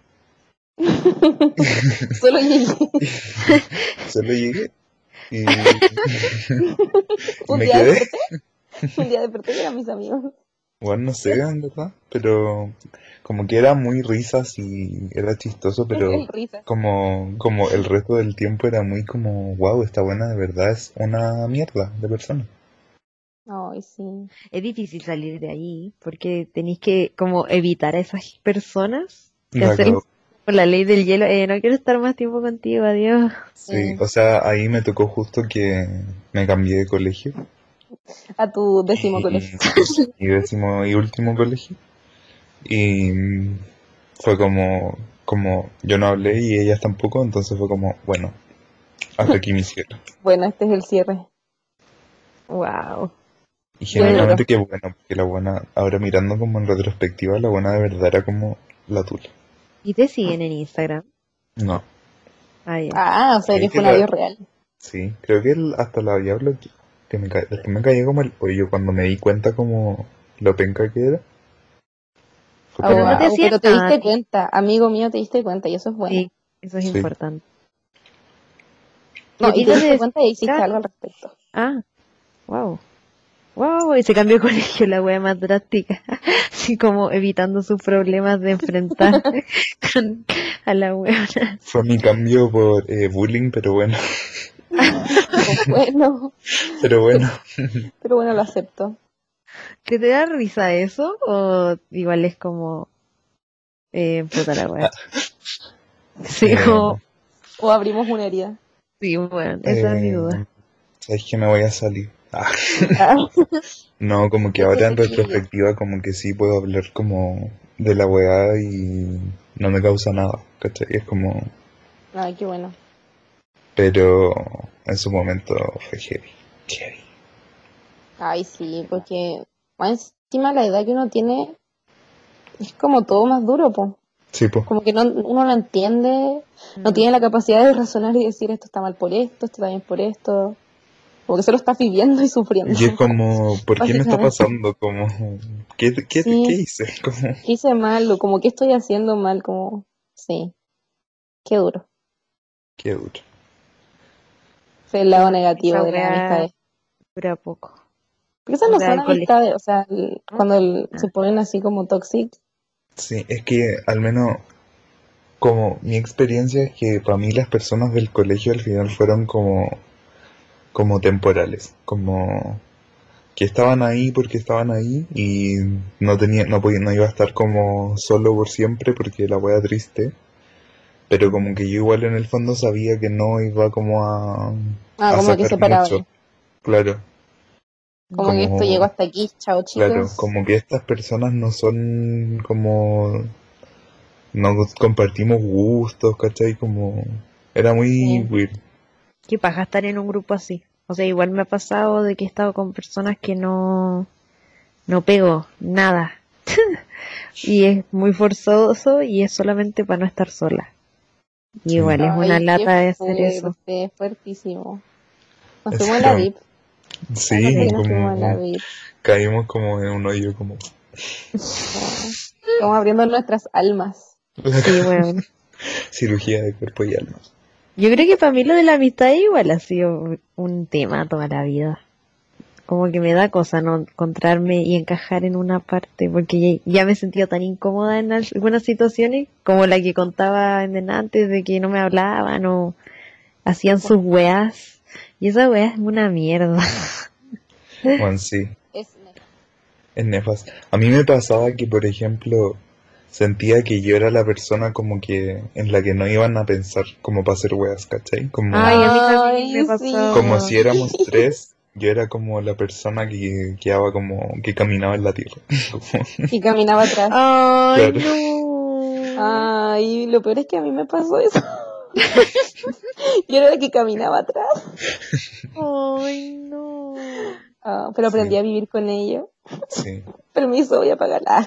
Solo llegué Solo llegué y, y un me día quedé. desperté, un día desperté y eran mis amigos. Bueno, no sé, en verdad, pero como que era muy risas y era chistoso, pero El risa. como, como el resto del tiempo era muy como, wow, esta buena de verdad es una mierda de persona. Ay, sí. Es difícil salir de ahí porque tenéis que como evitar a esas personas que La hacerles cagó. por la ley del hielo. Eh, no quiero estar más tiempo contigo, adiós. Sí, Sí. o sea, ahí me tocó justo que me cambié de colegio. A tu décimo Y colegio. mi décimo y último colegio. Y mm, fue como, como yo no hablé y ellas tampoco, entonces fue como, bueno, hasta aquí mi cielo. Bueno, este es el cierre. Wow. Y Fue Bueno, duro. genuinamente qué bueno, porque la buena, ahora mirando como en retrospectiva, la buena de verdad era como la tula. ¿y te siguen en Instagram? No, Ah, ya. Ah, o sea creo que que fue un la, adiós real. sí, creo que el- hasta la había bloqueado. Que me ca- después me caía como el hoyo cuando me di cuenta como lo penca que era. Fue Oh, Pero no como, te wow, hacían pero te nada a diste ti. cuenta, amigo mío, te diste cuenta y eso es bueno. Sí, eso es sí, importante. ¿Y No, a y ti te no diste te cuenta y hiciste decían? algo al respecto. Ah, wow. Wow, y se cambió de colegio la wea más drástica. Así como evitando sus problemas de enfrentar con, a la wea. fue mi cambio por eh, bullying, pero bueno, Oh, bueno, pero pero, bueno. pero bueno, lo acepto. ¿Te, te da risa eso? ¿O igual es como eh, puta la wea? Sí, Eh, como, O abrimos una herida. sí, bueno, esa es mi eh, duda. sabes que me voy a salir. Ah. Ah, No, como que ahora en déjese ir. retrospectiva como que sí puedo hablar como de la weá y no me causa nada, ¿cachai? Es como, Ay, qué bueno. pero en su momento fue heavy, heavy. Ay, sí, porque más encima la edad que uno tiene es como todo más duro, pues. Sí, pues. Como que no, uno no entiende, no Mm. tiene la capacidad de razonar y decir esto está mal por esto, esto está bien por esto. Como que solo está viviendo y sufriendo. Y es como, ¿por qué me está Básicamente. pasando? Como, ¿qué, qué, qué Sí, hice? Como, ¿qué hice mal? O como, ¿qué estoy haciendo mal? Como, sí, qué duro. qué duro. Fue el Qué lado bueno que negativo esa de las weá amistades. dura poco. Porque esas O no sea, son el colegio. amistades, o sea, el- ¿No? cuando el- Ah, se ponen así como toxic. Sí, es que al menos, como mi experiencia es que para mí las personas del colegio al final fueron como, como temporales, como que estaban ahí porque estaban ahí y no tenía, no podía, no iba a estar como solo por siempre porque la wea triste, pero como que yo igual en el fondo sabía que no iba como a, Ah, a como que sacar se paraba mucho, ahí. claro, Como que esto mm. llegó como, hasta aquí, chao claro, chicos. como que estas personas no son como, no compartimos gustos, ¿cachai? Como, era muy Sí. weird. Qué paja estar en un grupo así. O sea, igual me ha pasado de que he estado con personas que no, no pego nada. Y es muy forzoso y es solamente para no estar sola. Y Sí, igual es una Ay, qué lata de hacer eso. fuerte, fuertísimo. Nos es fuimos en la pero, V I P. sí, Sí, Sí. nos fuimos en la como V I P. caímos como en un hoyo, como Oh, estamos abriendo nuestras almas. Sí, bueno. cirugía de cuerpo y alma. Yo creo que para mí lo de la amistad igual ha sido un tema toda la vida. Como que me da cosa no encontrarme y encajar en una parte, porque ya, ya me he sentido tan incómoda en al- algunas situaciones, como la que contaba en antes de que no me hablaban o hacían Tipo, sus weas. Y esa wea es una mierda. Bueno, sí, es nefasto. es nefasto. A mí me pasaba que, por ejemplo, sentía que yo era la persona como que en la que no iban a pensar como para hacer weas, ¿cachai? Ay, Como, a mí también me Ay, como pasaba. si sí. éramos tres, yo era como la persona que quedaba como que caminaba en la tierra. Como, Y caminaba atrás. Ay, claro, no. Ay, lo peor es que a mí me pasó eso. Yo era la que caminaba atrás. Ay, no. Ah, pero aprendí sí, a vivir con ello. sí. Permiso, voy a pagar. Ah.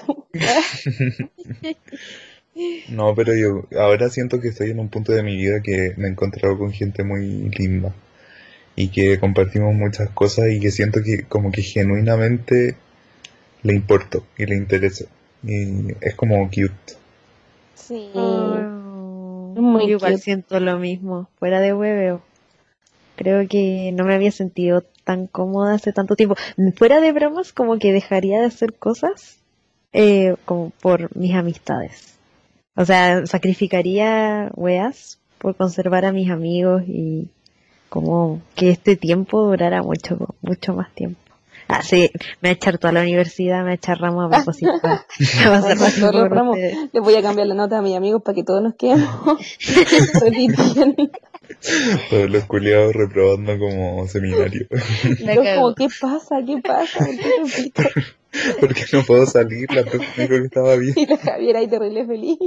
No, pero yo ahora siento que estoy en un punto de mi vida que me he encontrado con gente muy linda y que compartimos muchas cosas y que siento que como que genuinamente le importo y le intereso. Y es como cute. Sí, Oh, es muy yo igual cute. siento lo mismo, fuera de hueveo. Creo que no me había sentido tan cómoda hace tanto tiempo. Fuera de bromas, como que dejaría de hacer cosas eh, como por mis amistades. O sea, sacrificaría weas por conservar a mis amigos y como que este tiempo durara mucho, mucho más tiempo. Ah, sí, me va a echar toda la universidad, me va a echar ramos a propósito para, para Va a pasar echar más todos tiempo los con ramos. ustedes. Les voy a cambiar la nota a mis amigos para que todos nos quedemos repitiendo. Todos los culiados reprobando como seminario. Y La todos como, cago. ¿qué pasa? ¿Qué pasa? ¿Por qué repito? Porque no puedo salir, la profe me dijo que estaba bien. Y la Javiera ahí terrible feliz.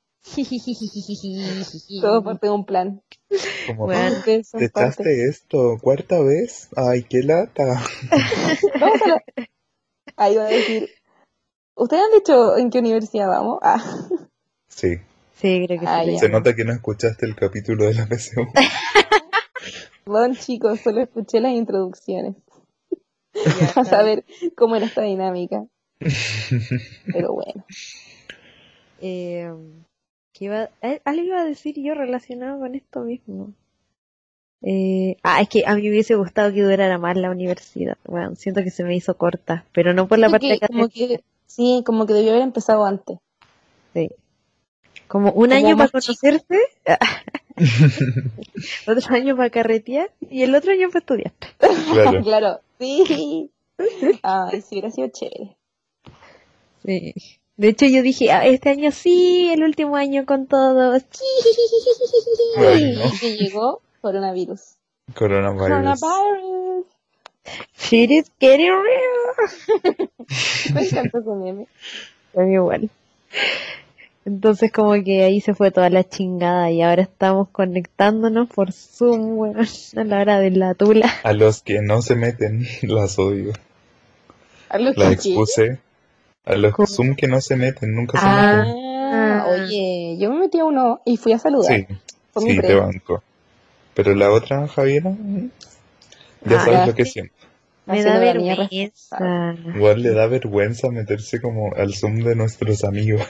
Todo parte de un plan. Como, Todos Bueno, ustedes ¿te son parte. echaste esto cuarta vez? Ay, qué lata. Vamos a la... Ahí va a decir, ¿ustedes han dicho en qué universidad vamos? Ah, Sí, sí, creo que sí ah lo ya. se hicimos. nota que no escuchaste el capítulo de la P C U. Perdón chicos, solo escuché las introducciones Ya para está bien. saber cómo era esta dinámica. Pero bueno. Eh, ¿qué iba, eh, algo iba a decir yo relacionado con esto mismo. Eh, ah, es que a mí me hubiese gustado que durara más la universidad. Bueno, siento que se me hizo corta, pero no por la Siento parte que como académica. que, sí, como que debió haber empezado antes. Sí. Como un Como año para más chico. conocerse, otro año para carretear y el otro año para estudiar. Claro. Claro, sí. Ay, sí, hubiera sido chévere. Sí. De hecho, yo dije, "Ah, este año sí, el último año con todo. Ay, Y, Sí. no. y que llegó coronavirus. Coronavirus. Coronavirus. Shit is getting real. Me encanta ese meme. A mí igual. Entonces como que ahí se fue toda la chingada y ahora estamos conectándonos por Zoom, weón, a la hora de la tula. A los que no se meten, las odio. A lo Las que qué. expuse. A los Como- Zoom que no se meten, nunca se Ah, meten. oye, yo me metí a uno y fui a saludar. Sí, Fue mi sí, te pre. banco. Pero la otra, Javiera, mm, ya Ay, sabes Ya lo que estoy siento. me da haciendo la niña responsable. vergüenza. Igual le da vergüenza meterse como al Zoom de nuestros amigos.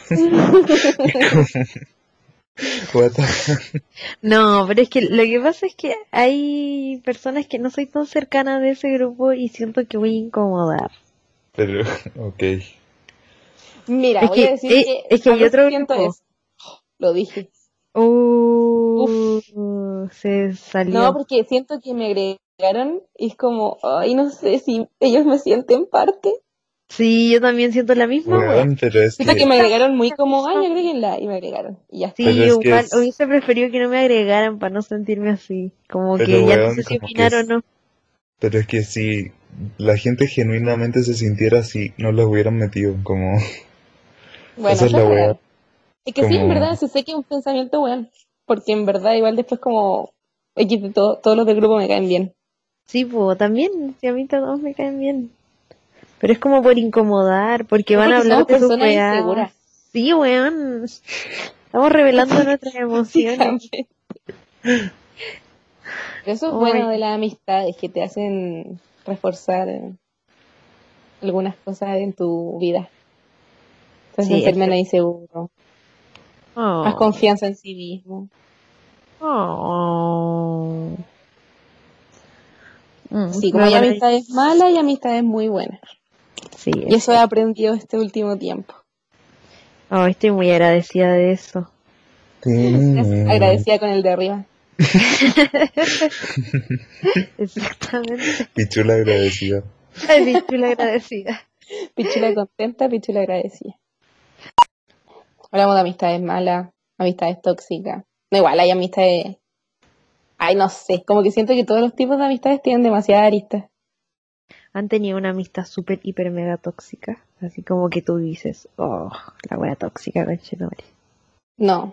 What the fuck. No, pero es que lo que pasa es que hay personas que no soy tan cercana de ese grupo y siento que voy a incomodar. Pero, ok. Mira, Es voy a que, decir eh, que es que a hay veces otro siento grupo. eso. Lo dije. Uh, Uf. se No, salió. porque siento que me agregaron y es como, ay, no sé si ellos me sienten parte. Sí, yo también siento la misma wea. Weón, pero es Siento que que, me Esta wea agregaron es muy la como, ay, misma wea. agréguenla. Y me agregaron. Y ya está. pero Sí, es que igual, es, hubiese preferido que no me agregaran para no sentirme así. Como pero que ya no weón, sé si como que opinar o es, no. pero es que si la gente genuinamente se sintiera así, no los hubieran metido, como, Bueno, esa es eso la es weá, real. Es que sí, en como, verdad, sí sé que es un pensamiento bueno. Porque en verdad, igual después como X de todo, todos los del grupo me caen bien. Sí, pues también, si a mí todos me caen bien. Pero es como por incomodar, porque Es van a porque hablar somos de sus personas weas. inseguras. Sí, weón. Estamos revelando nuestras emociones. Básicamente. Pero eso es bueno de Oye, las amistades, que te hacen reforzar eh, algunas cosas en tu vida. Te hacen sí, ser es menos verdad. inseguro, más Oh, confianza en sí mismo. oh. Mm, Así como me hay pone- amistades malas y amistades muy buenas. Sí, Y es eso he cierto. aprendido este último tiempo. Oh, estoy muy agradecida de eso. Gracias. sí, Agradecida con el de arriba. Exactamente. pichula agradecida. Ay, mi chula agradecida. Pichula contenta, pichula agradecida. Hablamos de amistades malas, amistades tóxicas. No, igual hay amistades. Ay, no sé, como que siento que todos los tipos de amistades tienen demasiadas aristas. Han tenido una amistad súper, hiper, mega tóxica. Así como que tú dices, oh, la wea tóxica, conchetumare. No.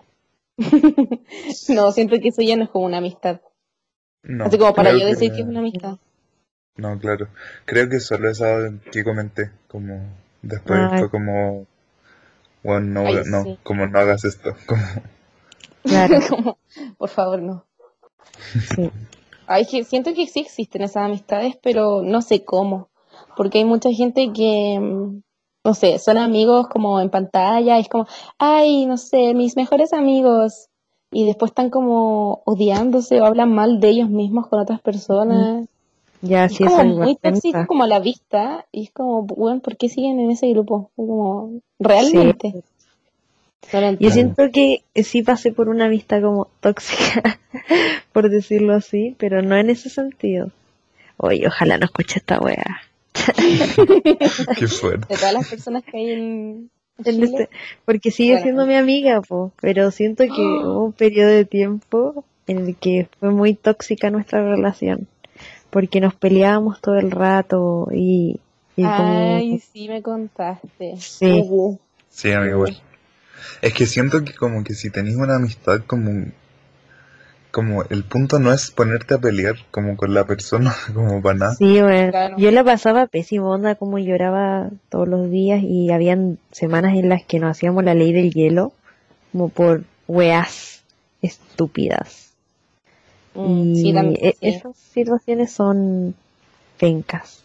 No, siento que eso ya no es como una amistad. No, Así como para creo yo que, decir que es una amistad. no, claro, creo que solo esa que comenté, como, después Ah, fue como, bueno, no, Ay, no, sí. como no hagas esto, como, claro, Como, por favor, no. sí. Ay, es que siento que sí existen esas amistades, pero no sé cómo. Porque hay mucha gente que, mm, no sé, son amigos como en pantalla, es como, ay, no sé, mis mejores amigos. Y después están como odiándose o hablan mal de ellos mismos con otras Mm, personas. ya, Y es sí, eso como igual muy tóxico pensa. como a la vista. Y es como, bueno, ¿por qué siguen en ese grupo? Es como, Sí. realmente, no lo Yo entiendo. claro. siento que sí pasé por una amistad como tóxica, por decirlo así, pero no en ese sentido. Oye, ojalá no escuche esta wea. Qué fuerte. De todas las personas que hay en En Chile, este, porque sigue bueno, siendo mi amiga, po, pero siento que hubo un periodo de tiempo en el que fue muy tóxica nuestra relación, porque nos peleábamos todo el rato y, y como, ay, sí me contaste. sí, Uh, Sí, amigo, uh. igual. Es que siento que como que si tenéis una amistad como, como el punto no es ponerte a pelear como con la persona, como para nada. sí, bueno, Claro. yo la pasaba pésimo, onda, como lloraba todos los días y habían semanas en las que nos hacíamos la ley del hielo, como por weas estúpidas. Mm, sí, Y también e- sí. esas situaciones son pencas.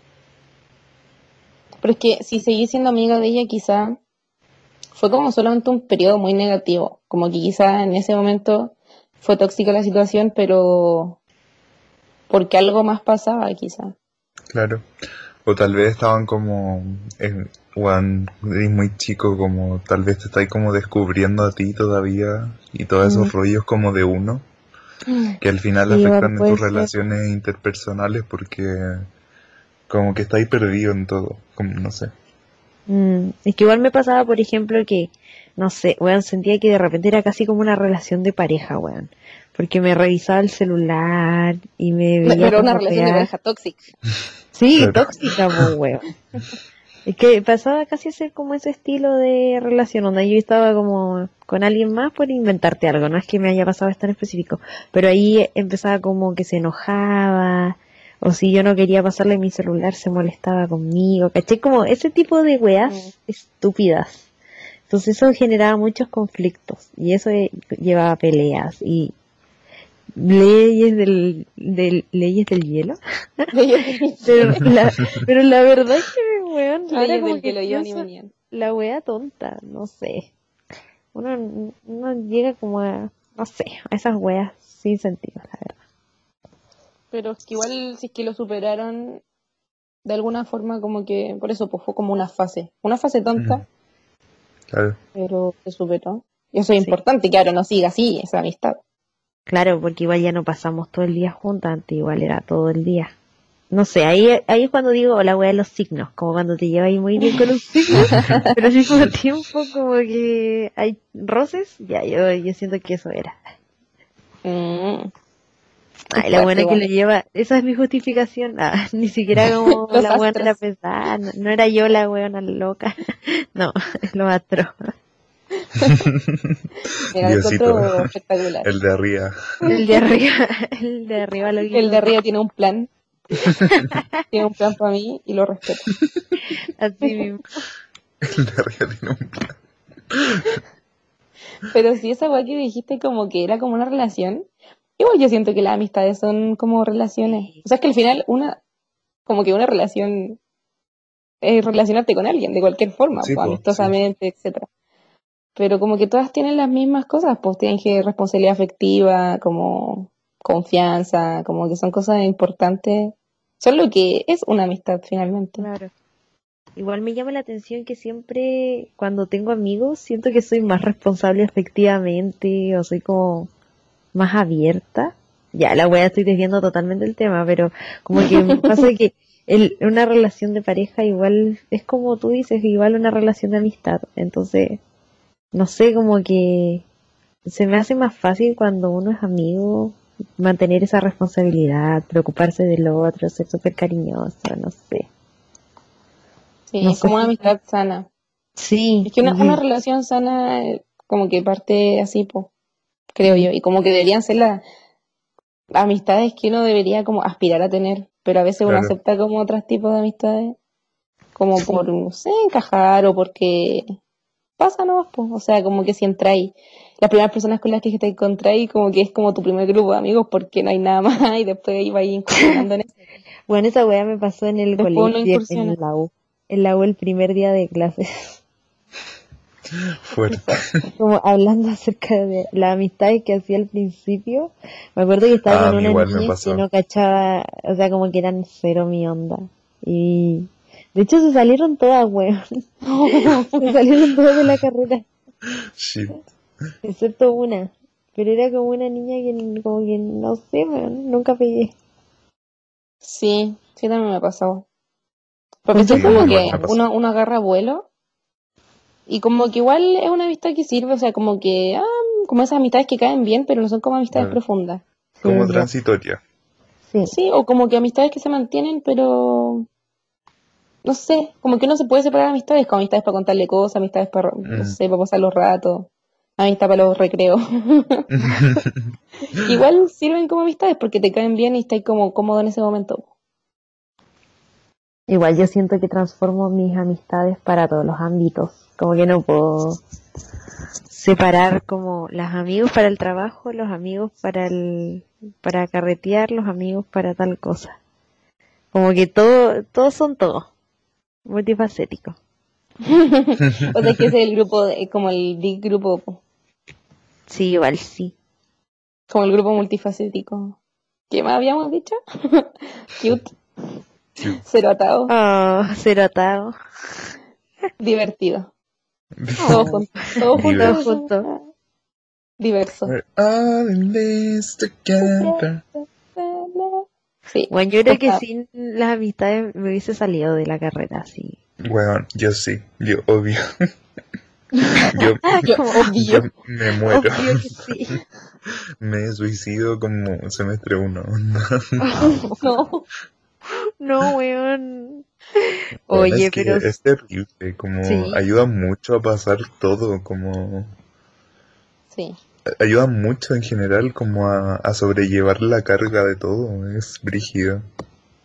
Pero es que si seguí siendo amiga de ella, quizá fue como solamente un periodo muy negativo. Como que quizá en ese momento fue tóxica la situación, pero porque algo más pasaba, quizá. Claro. O tal vez estaban como, en, Juan, eres muy chico, como tal vez te estáis como descubriendo a ti todavía y todos Mm, esos rollos como de uno, que al final sí, igual afectan en puede tus ser. relaciones interpersonales porque como que estáis perdido en todo, como no sé. Mm, es que igual me pasaba, por ejemplo, que, no sé, weón, sentía que de repente era casi como una relación de pareja, weón. Porque me revisaba el celular y me veía Pero una como relación de weá. pareja tóxica. Sí, Claro, tóxica, po, weón. Es que pasaba casi a ser como ese estilo de relación, donde yo estaba como con alguien más por inventarte algo, no es que me haya pasado esto en específico, pero ahí empezaba como que se enojaba O si yo no quería pasarle mi celular, se molestaba conmigo, ¿cachai? Como ese tipo de weas Mm. estúpidas. Entonces eso generaba muchos conflictos y eso eh, llevaba a peleas y leyes del, del leyes del hielo. Pero la, pero la verdad es que, weón, ahora Leyes como del que hielo iban y pienso venían. la wea tonta, no sé. Uno, uno llega como a, no sé, a esas weas sin sentido, la verdad. Pero es que igual si es que lo superaron de alguna forma como que, por eso pues fue como una fase, una fase tonta, Mm, Claro. pero se superó. Y eso es Sí. importante, que ahora no siga así, esa amistad. Claro, porque igual ya no pasamos todo el día juntas, antes igual era todo el día. No sé, ahí, ahí es cuando digo la wea de los signos, como cuando te llevas muy bien con los signos, pero al mismo tiempo como que hay roces, ya yo, yo siento que eso era. Mm, Ay, la fuerte buena que igual. lo lleva, esa es mi justificación, ah, ni siquiera como Los la buena era astros. pesada, no, no era yo la buena loca, no, es lo astros. Mira, lo Diosito, encuentro espectacular. el de arriba. El de arriba, el de arriba lo El hizo de arriba tiene un plan, tiene un plan para mí y lo respeto. así mismo. El de arriba tiene un plan. Pero si esa weá que dijiste como que era como una relación, igual yo siento que las amistades son como relaciones. O sea, es que al final una, como que una relación es relacionarte con alguien de cualquier forma, Sí, pues, po, sí. amistosamente, etcétera. Pero como que todas tienen las mismas cosas, pues tienen que responsabilidad afectiva, como confianza, como que son cosas importantes. Son lo que es una amistad finalmente. Claro. Igual me llama la atención que siempre cuando tengo amigos siento que soy más responsable efectivamente o soy como más abierta. Ya, la wea estoy desviando totalmente el tema, pero como que me pasa que el, una relación de pareja igual es como tú dices, igual una relación de amistad. Entonces, no sé, como que se me hace más fácil cuando uno es amigo mantener esa responsabilidad, preocuparse del otro, ser súper cariñoso, no sé. Sí, No es sé como una si... amistad sana. Sí, Es que una, una y, relación sana eh, como que parte así, pues, creo mm, yo. Y como que deberían ser las amistades que uno debería como aspirar a tener. Pero a veces uno Claro. acepta como otros tipos de amistades, como sí, por, no sé, encajar o porque pasa nomás, pues. O sea, como que si entráis, las primeras personas con las que te encontráis, como que es como tu primer grupo de amigos porque no hay nada más y después ibas incursionando en eso. bueno, esa weá me pasó en el Después uno colegio, incursiona. en la U. En la U el primer día de clases. Qué Fuerte. fuerte. Como hablando acerca de las amistades que hacía al principio. Me acuerdo que estaba Ah, a con mí una igual me niña que pasó. no cachaba, o sea, como que eran cero mi onda. Y de hecho se salieron todas, weón. Se salieron todas de la carrera, Shit. excepto una. Pero era como una niña que como que no sé, weón, nunca pegué. Sí, sí, también me ha pasado. Pero a ¿Con veces quién te Sí, a ha mí como igual que me pasado? pasó. uno, uno agarra vuelo y como que igual es una amistad que sirve, o sea, como que, ah, como esas amistades que caen bien, pero no son como amistades Claro. profundas. Sí, Como es verdad. transitoria. Sí, Sí, o como que amistades que se mantienen, pero no sé, como que uno se puede separar amistades, como amistades para contarle cosas, amistades para, no Mm. sé, para pasar los ratos, amistad para los recreos. Que igual sirven como amistades porque te caen bien y estás como cómodo en ese momento. igual yo siento que transformo mis amistades para todos los ámbitos. Como que no puedo separar como los amigos para el trabajo, los amigos para el, para carretear, los amigos para tal cosa. Como que todo, todos son todos, multifacéticos. O sea que ese es el grupo, de- como el big grupo, po, Sí, igual sí. como el grupo multifacético. ¿Qué más habíamos dicho? Cute, Cute. cero atado, Oh, cero atado. divertido. Todo Oh, junto, todo junto. todos Diverso. juntos. Diverso. We're all in this together. Sí, Bueno, yo creo que onda, sin las amistades me hubiese salido de la carrera, sí. Weón, yo sí, yo obvio. Yo, yo, Como, yo obvio. me muero. obvio que sí. Me suicido como semestre uno. No. No, weón. Bueno, es Oye, que pero es terrible, como sí, ayuda mucho a pasar todo, como Sí. ayuda mucho en general como a, a sobrellevar la carga de todo, es brígido.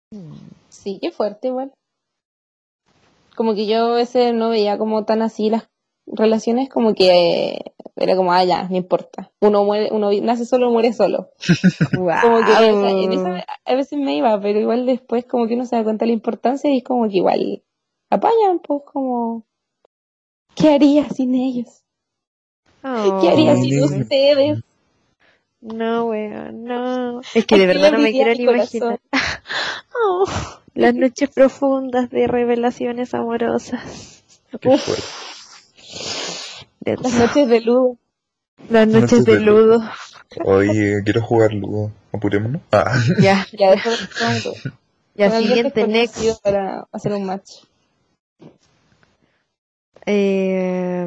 Sí, qué fuerte igual. Como que yo a veces no veía como tan así las relaciones, como que eh, era como, ah, ya, no importa. Uno muere, uno vi- nace solo, muere solo. Como que en esa, en esa Wow. a veces me iba, pero igual después como que uno se da cuenta de la importancia y es como que igual apañan, pues como, ¿qué haría sin ellos? ¿Qué haría Oh, sin Sí, ustedes? no, weón, no. Es que de Así verdad le no me diría a quiero mi ni corazón. imaginar. Oh, las noches profundas de revelaciones amorosas. qué fuerte. Uf, Dios. las noches de ludo. Las noches Noches de de luz. ludo. Oye, quiero jugar Ludo. Apurémonos. Ah, Ya, Ya después vamos ludo. ya, Con alguien siguiente, desconocido next. para hacer un match. Eh,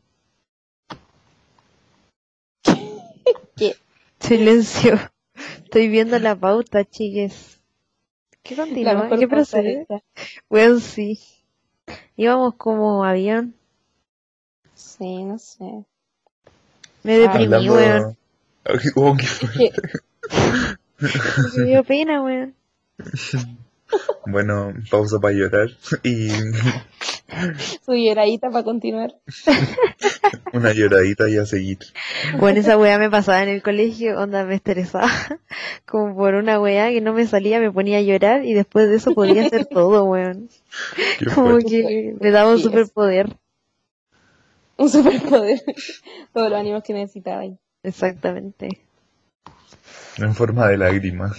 ¿Qué? silencio. Estoy viendo la pauta, chiques. ¿Qué La continúa? mejor ¿Qué pauta procede? hecha. Weón, sí. Íbamos como avión. Sí, no sé. Me Ay, deprimí, weón. hablando. Oh, qué es que fuerte. Porque me dio pena, weón. Bueno, pausa para llorar y su lloradita para continuar. una lloradita y a seguir. Bueno, esa weá me pasaba en el colegio, onda me estresaba, como por una weá que no me salía, me ponía a llorar y después de eso podía hacer todo, weón. Qué Como fuerte. Qué que me fuerte. daba un Sí, es superpoder. un superpoder. Todos los ánimos que necesitaba ahí. Exactamente. En forma de lágrima.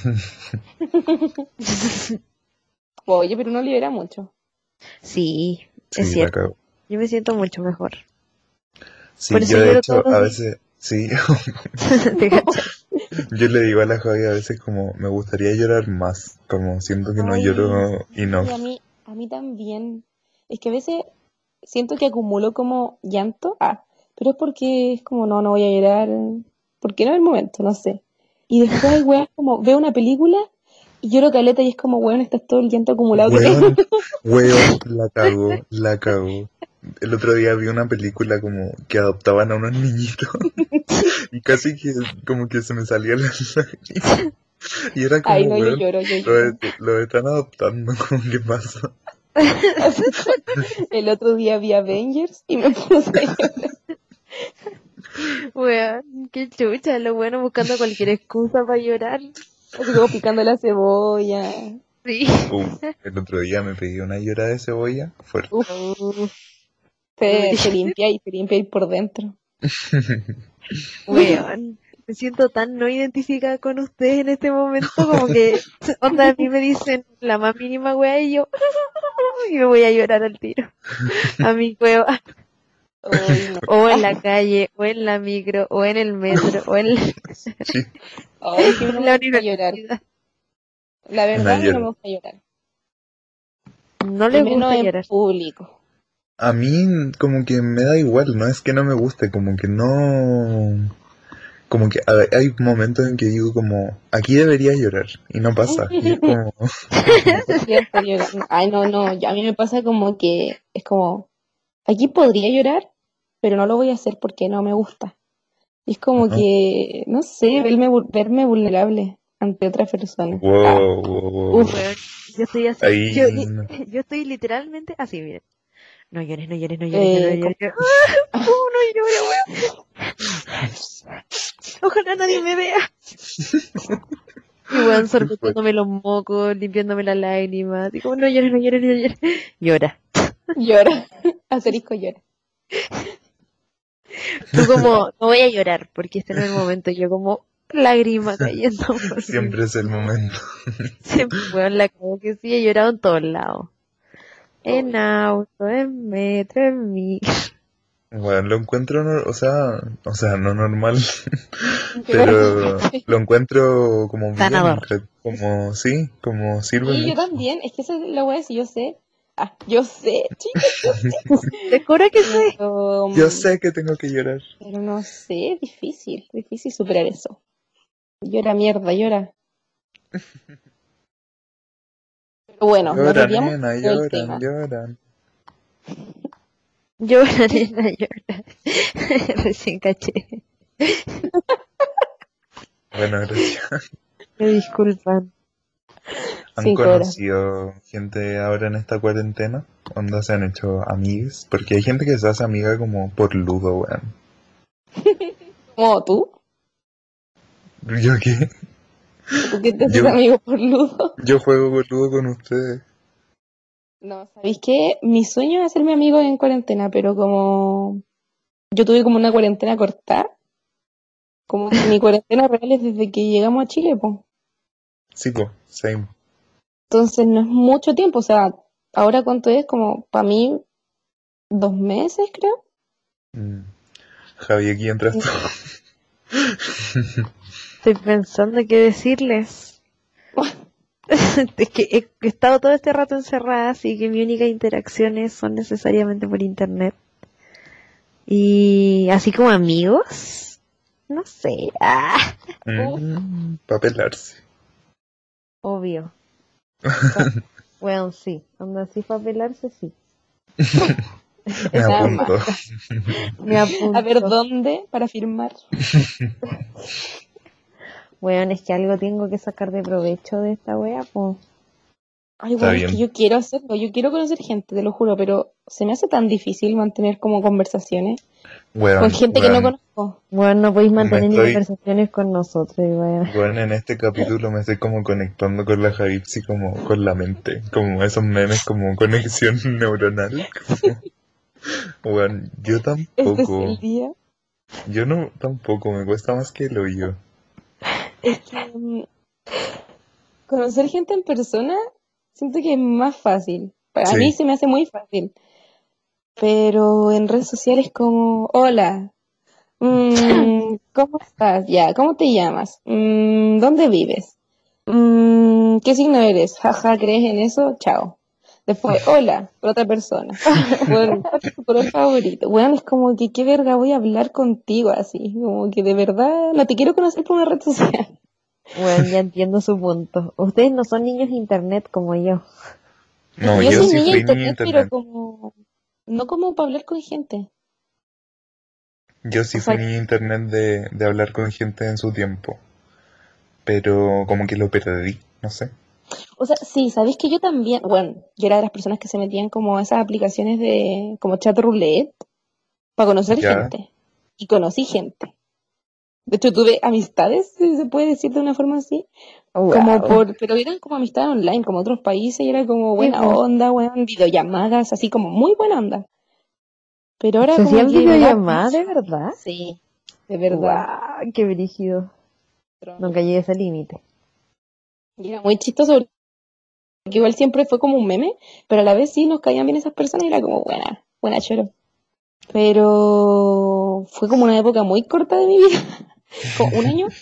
Oye, pero no libera mucho. Sí, es Sí, la cierto. cago. Yo me siento mucho mejor. Por Sí, eso yo de lloro todos hecho los a días. veces, sí, ¿Te cachai? yo le digo a la Javi a veces como me gustaría llorar más, como siento que no Ay, lloro enough. sí, a mí, a mí también. Es que a veces siento que acumulo como llanto. Ah, pero es porque es como, no, no voy a llorar. Porque no es el momento, no sé. Y después hay weas como, veo una película y lloro caleta y es como, weón, estás todo el llanto acumulado que tengo. Weón, weón, la cago, la cago. El otro día vi una película como que adoptaban a unos niñitos y casi que como que se me salía la lágrima. Y era Ay, como, no, yo weón, lloro, yo lo, lloro. lo están adoptando, como que pasa. El otro día vi Avengers y me puse a llorar. Weón, qué chucha, lo bueno buscando cualquier excusa para llorar. Así como picando la cebolla. Sí. Uh, el otro día me pegué una llora de cebolla fuerte. Uf, Oh, qué se, se brillo. limpia y se limpia y por dentro. Weón, me siento tan no identificada con ustedes en este momento, como que, onda, a mí me dicen la más mínima wea y yo, y me voy a llorar al tiro. A mi cueva, Ay, no. o en la calle, o en la micro, o en el metro, o en la, Sí, Ay, es que a mí o no en me la gusta llorar. universidad. La una verdad, a mí no me llora. gusta llorar. No Y les menos gusta en llorar. público. A mí como que me da igual, no es que no me guste, como que no... Como que a- hay momentos en que digo como, aquí debería llorar, y no pasa. Y es como, Yo siento llorar. Ay, no, no. yo- A mí me pasa como que es como, aquí podría llorar, pero no lo voy a hacer porque no me gusta. Y es como ah, que, no sé, verme, vul- verme vulnerable ante otra persona. Ah, wow, wow, wow. uf. Weón, yo estoy así, yo, Ahí, li- no. yo estoy literalmente así, miren. No llores, no llores, no llores, no Eh, llores. como- Yo, ¡ah! ¿Cómo no llore, weón? Ojalá nadie me vea. Y weón, Qué fuerte. sorbiéndome los mocos, limpiándome las lágrimas. Digo, no llores, no llores, no llores. Llora. llora. Asterisco llora. Tú como, no voy a llorar, porque este no es el momento. Yo como, lágrima cayendo por Siempre mí. es el momento. Siempre, weón, la cago que sí, he llorado en todos lados. En Uy. auto, en metro, en mí. Bueno, lo encuentro, no- o sea, o sea, no normal, Pero, pero lo encuentro como bien, Sanador. ca- como sí, como sirve sí, yo mucho. también. Es que esa es la wea, si yo sé. Ah, yo sé, chicos, yo sé. Te juro que sí. Pero, Yo mm, sé que tengo que llorar. pero no sé, es difícil, difícil superar eso. Llora mierda, llora. Pero bueno, nos Lloran, desviamos nena, del lloran, tema. lloran. Llora, nena, llora. Recién caché. Bueno, gracias. Me disculpan. ¿Han Cinco horas. conocido gente ahora en esta cuarentena? ¿Onda se han hecho amigues? Porque hay gente que se hace amiga como por ludo, weón. ¿Como tú? ¿Yo qué? ¿Tú que te haces Yo, amigo por ludo? yo juego por ludo con ustedes. No, ¿sabéis qué? Mi sueño es hacerme amigo en cuarentena, pero como yo tuve como una cuarentena corta, como que mi cuarentena real es desde que llegamos a Chile, pues. Sí, po, same. Entonces no es mucho tiempo, o sea, ahora cuánto es, como para mí, dos meses, creo. Mm. Javi, aquí entras tú. Estoy pensando qué decirles. Es que he he estado todo este rato encerrada, así que mis únicas interacciones son necesariamente por internet. Y así como amigos, no sé. Ah, Mm, pa' pelarse. obvio. Pa- Bueno, sí. Cuando así para pelarse, sí. Me Eso Nada es apunto. más. me A ver, apunto. ¿dónde para firmar? Bueno, es que algo tengo que sacar de provecho de esta wea, pues. Ay, Está bueno, es que bien. yo quiero hacerlo, yo quiero conocer gente, te lo juro, pero se me hace tan difícil mantener como conversaciones con Weón, gente que no weón. conozco. Bueno, no podéis Me mantener ni estoy, conversaciones con nosotros, y wea. weón, en este capítulo me estoy como conectando con la Javipsi como con la mente. Como esos memes como conexión neuronal. Como, weón, yo Este es el tampoco. día. Yo no, tampoco. Me cuesta más que el hoyo. Es que mm, conocer gente en persona siento que es más fácil. Para mí Sí. se me hace muy fácil. Pero en redes sociales como, hola, mm, ¿cómo estás? Ya, ¿cómo te llamas? Mm, ¿dónde vives? Mm, ¿qué signo eres? Jaja, ¿crees en eso? Chao. Después, hola, por otra persona. Bueno, ¿cuál es tu color favorito? Bueno, es como que qué verga voy a hablar contigo así. Como que de verdad no te quiero conocer por una red social. Bueno, ya entiendo su punto. Ustedes no son niños de internet como yo. Es No, que yo yo soy sí niña de fui niño de internet, pero internet. como, no como para hablar con gente. Yo O sí fui sea, niño de internet de, de hablar con gente en su tiempo. Pero como que lo perdí. No sé. o sea, sí, sabéis que yo también, bueno, yo era de las personas que se metían como a esas aplicaciones de, como chat roulette, para conocer Ya. gente. Y conocí gente. De hecho, tuve amistades, si se puede decir de una forma así, como Wow. por, pero eran como amistades online, como otros países, y era como Sí, buena po. onda, weón, videollamadas, así como muy buena onda. Pero ahora ¿Se como hacían que me da videollamadas de paja. verdad? Sí, de verdad. Wow, qué brígido. Nunca llegué a ese límite. Y era muy chistoso porque igual siempre fue como un meme, pero a la vez sí nos caían bien esas personas y era como buena, buena choro. Pero fue como una época muy corta de mi vida, como un año,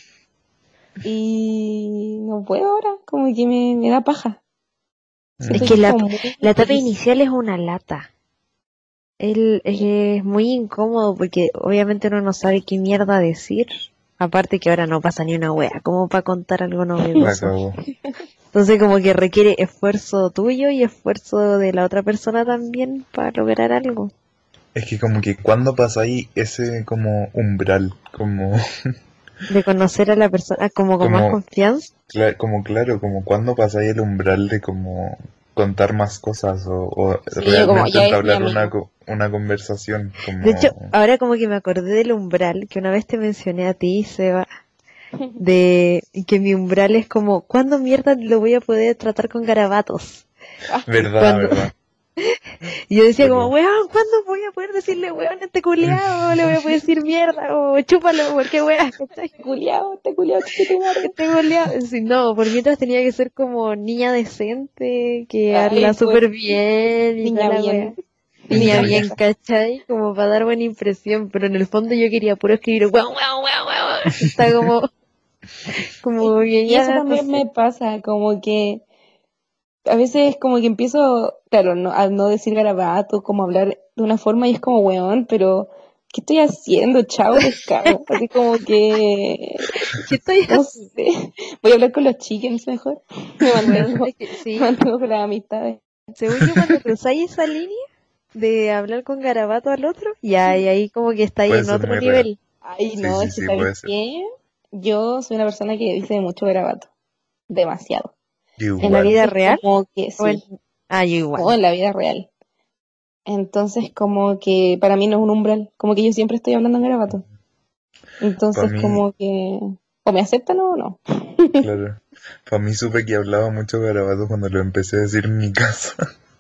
y no puedo ahora, como que me, me da paja. Es Siento que que es Mm, la, como muy la etapa feliz. inicial es una lata. Él es muy incómodo porque obviamente uno no sabe qué mierda decir. Aparte que ahora no pasa ni una wea, como para contar algo la novedoso. cagó. Entonces como que requiere esfuerzo tuyo y esfuerzo de la otra persona también para lograr algo. Es que como que cuando pasa ahí ese como umbral, como, De conocer a la persona como con más como, confianza. cla- como claro, como cuando pasa ahí el umbral de como contar más cosas o, o Sí, yo como, realmente ya es mi entablar una, amigo. co- una conversación, De hecho, como, ahora como que me acordé del umbral que una vez te mencioné a ti, Seba, de que mi umbral es como, ¿cuándo mierda lo voy a poder tratar con garabatos? verdad, Cuando verdad, y yo decía como, verdad. weón, ¿cuándo voy a poder decirle weón a este culiado? Le voy a poder decir mierda o chúpalo, porque weón, ¿cachai? Culeado, este culeado chique tu madre. Este culiado, si no, por mientras tenía que ser como niña decente, que Ay, habla pues, súper bien y toda niña la wea. bien, Niña niña Niña bien, bien. fresa. ¿cachai? Como para dar buena impresión, pero en el fondo yo quería puro escribir weón, weón, weón, weón. Está como, como que Y eso ya, no también sé. me pasa, como que a veces como que empiezo, claro, no, a no decir garabato, como hablar de una forma y es como weón, pero ¿qué estoy haciendo? Chao, pescado. Así como que, ¿Qué estoy no haciendo? sé, voy a hablar con los chickens mejor. Me Bueno, mantengo, es que me sí, mantengo con las amistades. según yo cuando cruzáis esa línea de hablar con garabato al otro, ya, y ahí como que está ahí Puede en ser otro muy real. nivel. Ay, Sí, no, sí, es que sí, ¿sabéis puede ser. qué? Yo soy una persona que dice mucho garabato, demasiado. Yo ¿En la igual. vida Entonces, real? como que O en... sí, Ah, yo o igual. en la vida real. Entonces, como que para mí no es un umbral, como que yo siempre estoy hablando en garabato. Para Entonces, mí, como que o me aceptan o no. claro. Para mí supe que hablaba mucho garabato cuando lo empecé a decir en mi casa.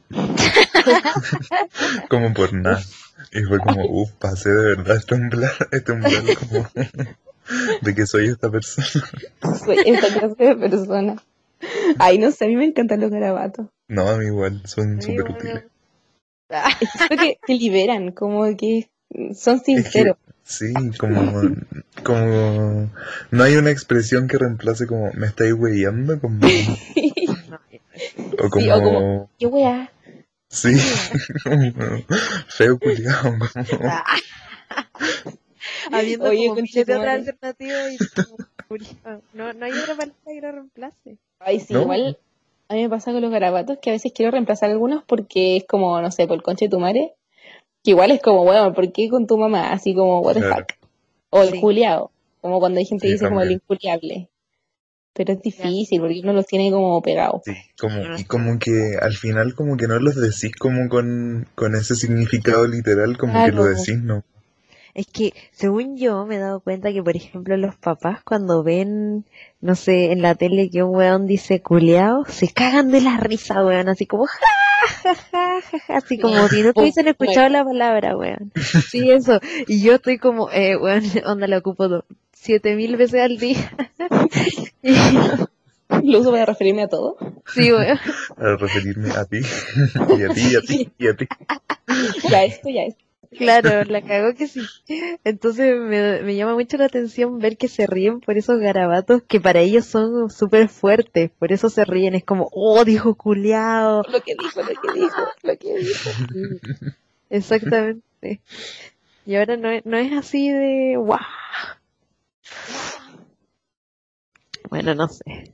Como por nada. Y fue como, uff, pasé de verdad este umbral, este umbral como de que soy esta persona. Soy esta clase de persona. Ay, no sé, a mí me encantan los garabatos. No, a mí igual, son A mí súper igual me útiles. gusta. Ah, Es que siento que, que liberan, como que son Es que, sinceros. sí, como, como, no hay una expresión que reemplace como, me estáis weyando, como, no, yo no sé. o Sí, o como, como, qué weá, sí, qué weá. como, feo culiao, como, Ah, habiendo Oye, como miles de otras conchetumare. alternativas y tú como culiao. No, no hay otra palabra que lo reemplace. Ay, sí, ¿no? igual a mí me pasa con los garabatos que a veces quiero reemplazar algunos porque es como, no sé, por el conche de tu madre, que igual es como, bueno, ¿por qué con tu mamá? Así como, what the Claro, fuck. O el Sí, juliao, como cuando hay gente que sí, dice como el también. injuliable. Pero es ya. difícil porque uno los tiene como pegados. Sí, Sí, como, uno y está como que al final como que no los decís como con, con ese significado literal, como que lo Claro. decís, ¿no? Es que, según yo, me he dado cuenta que, por ejemplo, los papás cuando ven, no sé, en la tele que un weón dice culeado, se cagan de la risa, weón, así como ja, ja, ja, ja, ja, así Sí, como si nunca boomer. hubiesen escuchado la palabra, weón. Sí, eso. Y yo estoy como, eh, weón, onda la ocupo do- siete mil veces al día. Y, Lo uso para referirme a todo. sí, weón. Para referirme a ti, y a ti, y a ti, Sí. y a ti. Ya esto, ya esto. Claro, la cagó que sí. Entonces me, me llama mucho la atención ver que se ríen por esos garabatos que para ellos son súper fuertes, por eso se ríen, es como, oh, dijo culiao. Lo que dijo, lo que dijo, lo que dijo. Sí, exactamente. Y ahora no, es- no es así de, wow. Bueno, no sé.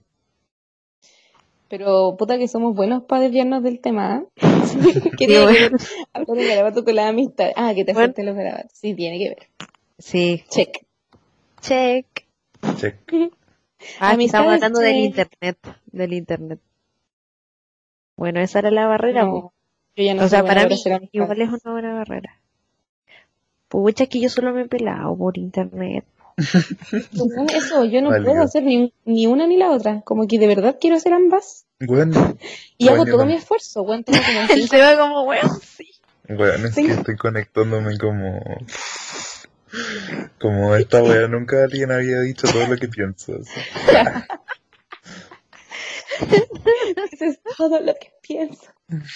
Pero puta que somos buenos para desviarnos del tema. ¿Eh? ¿Qué Sí, tiene que bueno, ver hablar de garabato con la amistad? Ah, que te bueno, acepten los garabatos. Sí, tiene que ver. sí, Check. check. Check. Ah, es que estamos Amistades, hablando del check. internet, del internet. Bueno, esa era la barrera, pues. No, yo ya no O soy sea, buena para para mí hacer igual es amistades. una buena barrera. Pucha, que yo solo me he pelado por internet. Pero bueno, eso, yo no puedo Válido. hacer ni, ni una ni la otra. Como que de verdad quiero hacer ambas. Bueno, Y bueno, hago yo todo mi tampoco. esfuerzo. Bueno, tengo como El cinco. Seba como, weón, sí. Bueno, es que Tengo, estoy conectándome como, como esta wea, nunca alguien había dicho todo lo que pienso, así. eso es todo lo que pienso.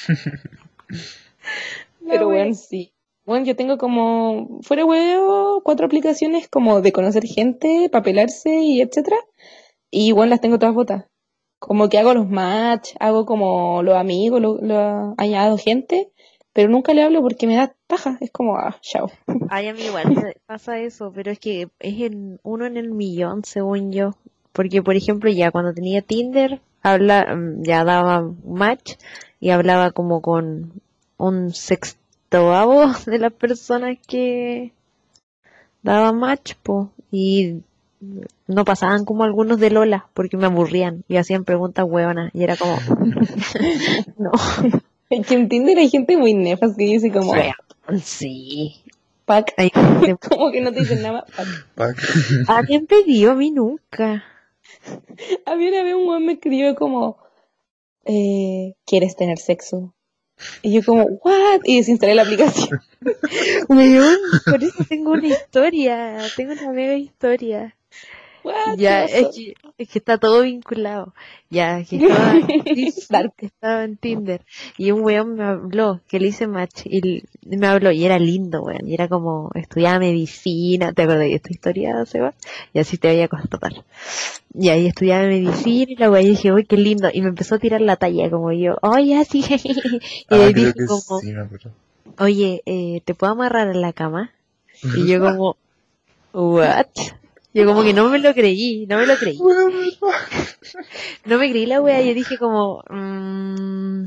La Pero wea. bueno, sí. Bueno, yo tengo como, fuera huevo, cuatro aplicaciones como de conocer gente, papelarse y etcétera. Y bueno, las tengo todas botas. Como que hago los match, hago como los amigos, lo, lo- añado gente, pero nunca le hablo porque me da paja. Es como, ah, chao. Ay, a mí igual me pasa eso, pero es que es en uno en el millón, según yo. Porque, por ejemplo, ya cuando tenía Tinder, habla, mm, ya daba match y hablaba como con un sextoavo de las personas que daba match, po. Y no pasaban como algunos de Lola, porque me aburrían y hacían preguntas hueonas. Y era como, no, Es que en Tinder hay gente muy nefas que dice como, Sí, weón, sí. fuck. Hay gente- Como que no te dicen nada, fuck. pack. ¿Alguien pidió? A mí nunca. A mí una vez un weón me escribió como, eh, ¿quieres tener sexo? Y yo como, what? Y desinstalé la aplicación. Weón, por eso tengo una historia, tengo una mega historia. What? ¿Qué Ya, es pasó? que, es que está todo vinculado. Ya, que estaba, sí, sí, Dark. estaba en Tinder y un weón me habló, que le hice match y l- me habló y era lindo, weón, y era como, estudiaba medicina, ¿te acuerdas de esta historia, Seba? Y así te voy a contar. Y ahí estudiaba medicina y la weá y dije, uy, qué lindo, y me empezó a tirar la talla como yo, oye, así, y Ah, ahí creo dije que como, sí, me acuerdo. oye, eh, ¿te puedo amarrar en la cama? Y yo como, ¿what? Yo como que no me lo creí, no me lo creí. Bueno, No me creí la wea, yo dije como, mm,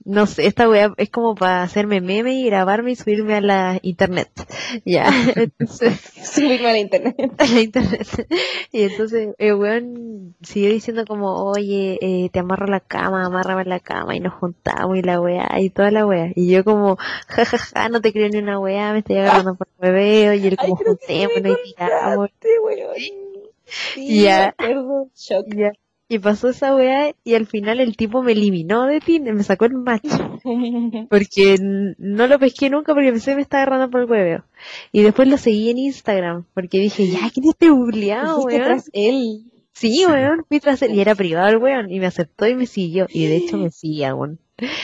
no sé, esta weá es como para hacerme meme y grabarme y subirme a la internet. Ya, entonces, Subirme a la internet. a la internet. Y entonces el weón sigue diciendo como, oye, eh, te amarro a la cama, amárrame a la cama y nos juntamos y la weá y toda la weá. Y yo como, jajaja, ja, ja, no te creo ni una weá, me estoy agarrando por hueveo y él Ay, como creo que sí me juntémonos y tiramos. contaste, weón. Sí, Y me ya, acuerdo. Shock. y ya. Y pasó esa weá y al final el tipo me eliminó de Tinder, me sacó el match. Porque n- no lo pesqué nunca porque pensé que me estaba agarrando por el hueveo. Y después lo seguí en Instagram porque dije, ya, ¿quién es este Y buleado, fuiste weón? tras él. Sí, Sí. weón, fui tras él y era privado el weón y me aceptó y me siguió. Y de hecho me sigue aún.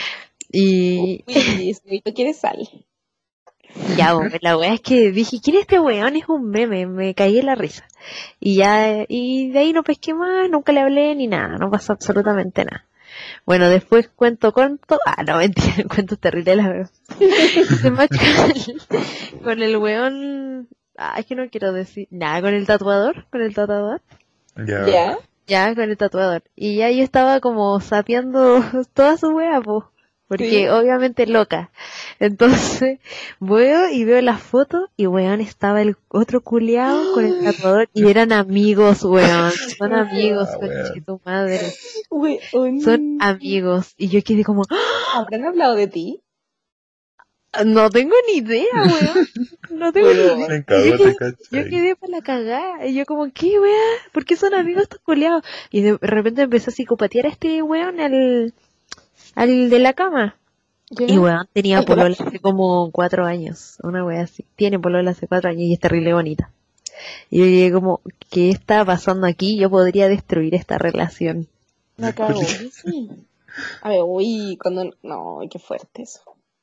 Y Uy, soy tú quieres sal. ya, weón, la weá es que dije, ¿quién es este weón? Es un meme, me caí en la risa. Y ya, y de ahí no pesqué más, nunca le hablé ni nada, no pasó absolutamente nada. Bueno, después cuento corto, ah, no, mentira, cuento terrible la verdad. Hice match con el, con el weón, ah, es que no quiero decir, nada, con el tatuador, con el tatuador, Ya. ¿Ya? ya, con el tatuador. Y ya yo estaba como sapeando toda su wea, po, porque Sí. obviamente loca. Entonces, veo y veo las fotos y weón estaba el otro culiao con el tatuador y eran amigos, weón, son amigos, Ah, conche weón. tu madre. Son Weón. amigos. Y yo quedé como, ¿Habrán hablado de ti? "Ah, no tengo ni idea, weón. No tengo ni idea. Weón. Me Y cago, yo te quedé, yo cachai. quedé para la cagada. Y yo como, ¿qué, weón? ¿Por qué son amigos estos culiados? Y de repente empezó a psicopatear a este weón, al, al de la cama. ¿Ya? Y weón tenía Ay, perdón. polola hace como cuatro años. Una wea así. Tiene polola hace cuatro años y es terrible bonita. Y yo llegué como, ¿qué está pasando aquí? Yo podría destruir esta relación. La cagó. Sí. A ver, uy, cuando... No, qué fuerte eso.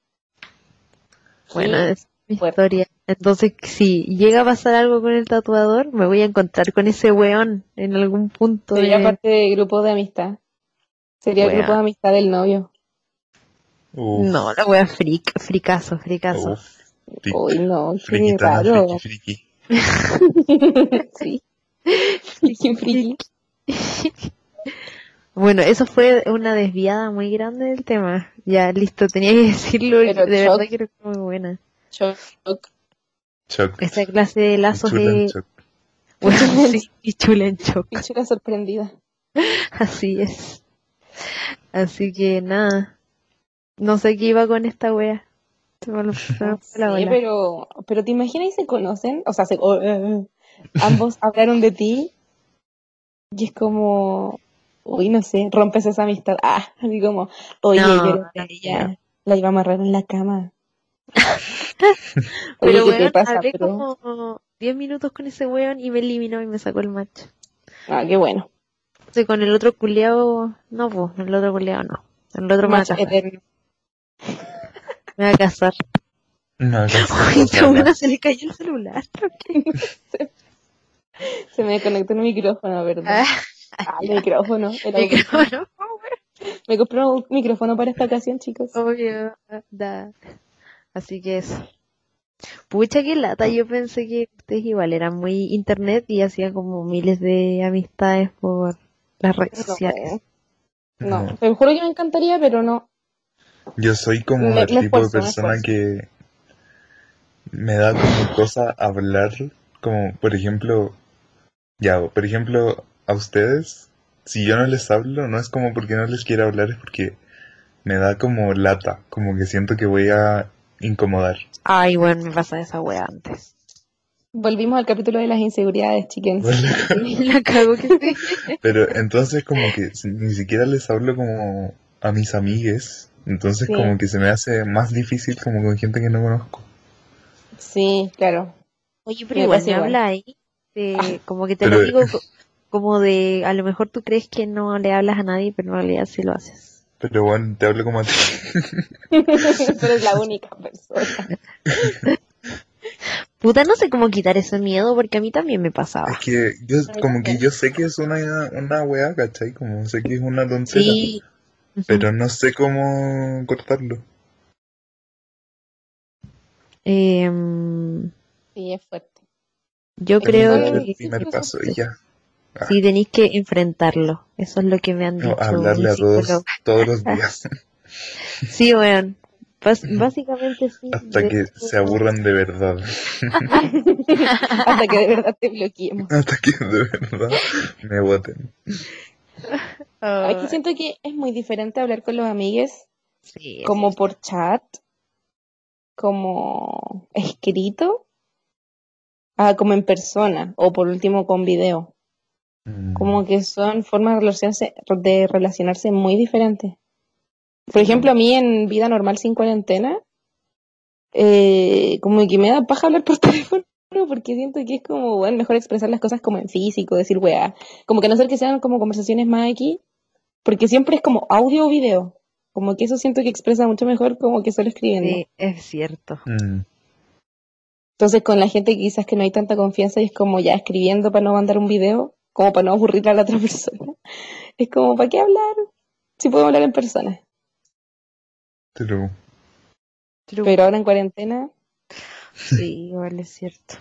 Bueno, Qué es mi fuerte. historia. Entonces, si llega a pasar algo con el tatuador, me voy a encontrar con ese weón en algún punto Sería de... parte del grupo de amistad. Sería el grupo Weón. de amistad del novio. Uf, No, la wea freak, fricazo, fricazo. uf. Tic. Uy, no, qué Friquitana, friki, raro. friki. Sí, friki, friki. Bueno, eso fue una desviada muy grande del tema. Ya, listo, tenía que decirlo, Pero de shock, verdad que era muy buena. shock. Shock. Esa clase de lazos Chula en de... shock. Bueno, Pichula, sí, y chula en shock. pichula sorprendida. Así es. Así que nada, no sé qué iba con esta wea. Se me, lo- se me No fue la sé, bola. pero, pero te imaginas y se conocen, o sea, se, o- eh, ambos hablaron de ti y es como, uy, no sé, rompes esa amistad. Ah, así como, oye, No, yo no era de creo. ella, la iba a amarrar en la cama. Oye, Pero ¿qué te weón, pasa, hablé bro? como diez minutos con ese weón y me eliminó y me sacó el match. Ah, qué bueno. Entonces con el otro culiao, no, pues, el otro culiao no. El otro me va a Match casar. eterno. Me va a casar. No hagas Uy, esta ojalá. buena se le cayó el celular. Se me desconectó el micrófono, ¿verdad? Ah, Ah, el ya. micrófono, el audífono. Micrófono. Me compré un micrófono para esta ocasión, chicos. Obvio. Da. Así que eso. Pucha, qué lata. Yo pensé que ustedes igual eran muy internet y hacían como miles de amistades por las redes sociales. No, No. no, te juro que me encantaría, pero no. Yo soy como Me, el me tipo de esfuerzo, me persona esfuerzo. que me da como cosa hablar, como por ejemplo, ya, por ejemplo, a ustedes, si yo no les hablo, no es como porque no les quiero hablar, es porque me da como lata, como que siento que voy a incomodar. Ay, bueno, me pasa esa wea antes. Volvimos al capítulo de las inseguridades, chickens. La cago que sí. Pero entonces como que si- ni siquiera les hablo como a mis amigues, entonces Sí, como que se me hace más difícil como con gente que no conozco. sí, claro. Oye, pero Me igual pasa me igual. habla ahí de, como que te lo Pero digo co- como de, a lo mejor tú crees que no le hablas a nadie, pero en realidad sí lo haces. Pero bueno, te hablo como a ti. Pero es la única persona. Puta, no sé cómo quitar ese miedo porque a mí también me Es pasaba. que yo, A mí como que también. yo sé que es una, una weá, ¿cachai? Como sé que es una tontera, Sí. Ujú. pero no sé cómo cortarlo. Em, Sí, es fuerte. yo Es que Tengo creo que dar igual el que siento primer que son paso y sí, ya. Ah, sí tenéis que enfrentarlo. Eso es lo que me han no, dicho hablarle mis a todos psicólogos. todos los días. Sí, weón. Bas- básicamente sí. Hasta De que hecho, se aburran de verdad. Hasta que de verdad te bloqueemos. Hasta que de verdad me voten. Aquí ah, siento que es muy diferente hablar con los amigues sí, es como cierto. por chat, como escrito, a como en persona o por último con video. Mm, Como que son formas de relacionarse, de relacionarse muy diferentes. Por Sí. ejemplo, a mí en vida normal sin cuarentena, eh, como que me da paja hablar por teléfono porque siento que es como, bueno, mejor expresar las cosas como en físico, decir weá. Como que a no ser que sean como conversaciones más aquí, porque siempre es como audio o video. Como que eso siento que expresa mucho mejor como que solo escribiendo. Sí, es cierto. mm. Entonces con la gente que quizás que no hay tanta confianza y es como ya escribiendo para no mandar un video, como para no aburrir a la otra persona. Es como, ¿para qué hablar? Si podemos hablar en persona. True. True. Pero ahora en cuarentena, Sí, igual es cierto.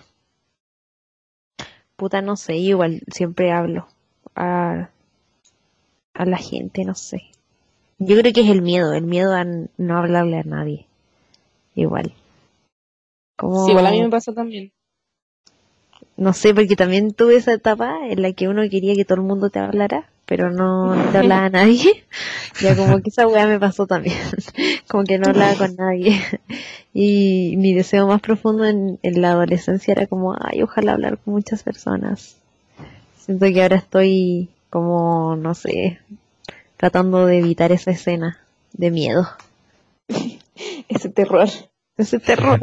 Puta, no sé, igual siempre hablo a, a la gente, no sé. Yo creo que es el miedo, el miedo a n- no hablarle a nadie. Igual. sí, igual a mí Como, me pasó también. no sé, porque también tuve esa etapa en la que uno quería que todo el mundo te hablara, pero no, no te hablaba a nadie. Ya como que esa weá me pasó también. Como que no hablaba con nadie. Y mi deseo más profundo en, en la adolescencia era como, ay, ojalá hablar con muchas personas. Siento que ahora estoy como, no sé, tratando de evitar esa escena de miedo, Ese terror, ese terror.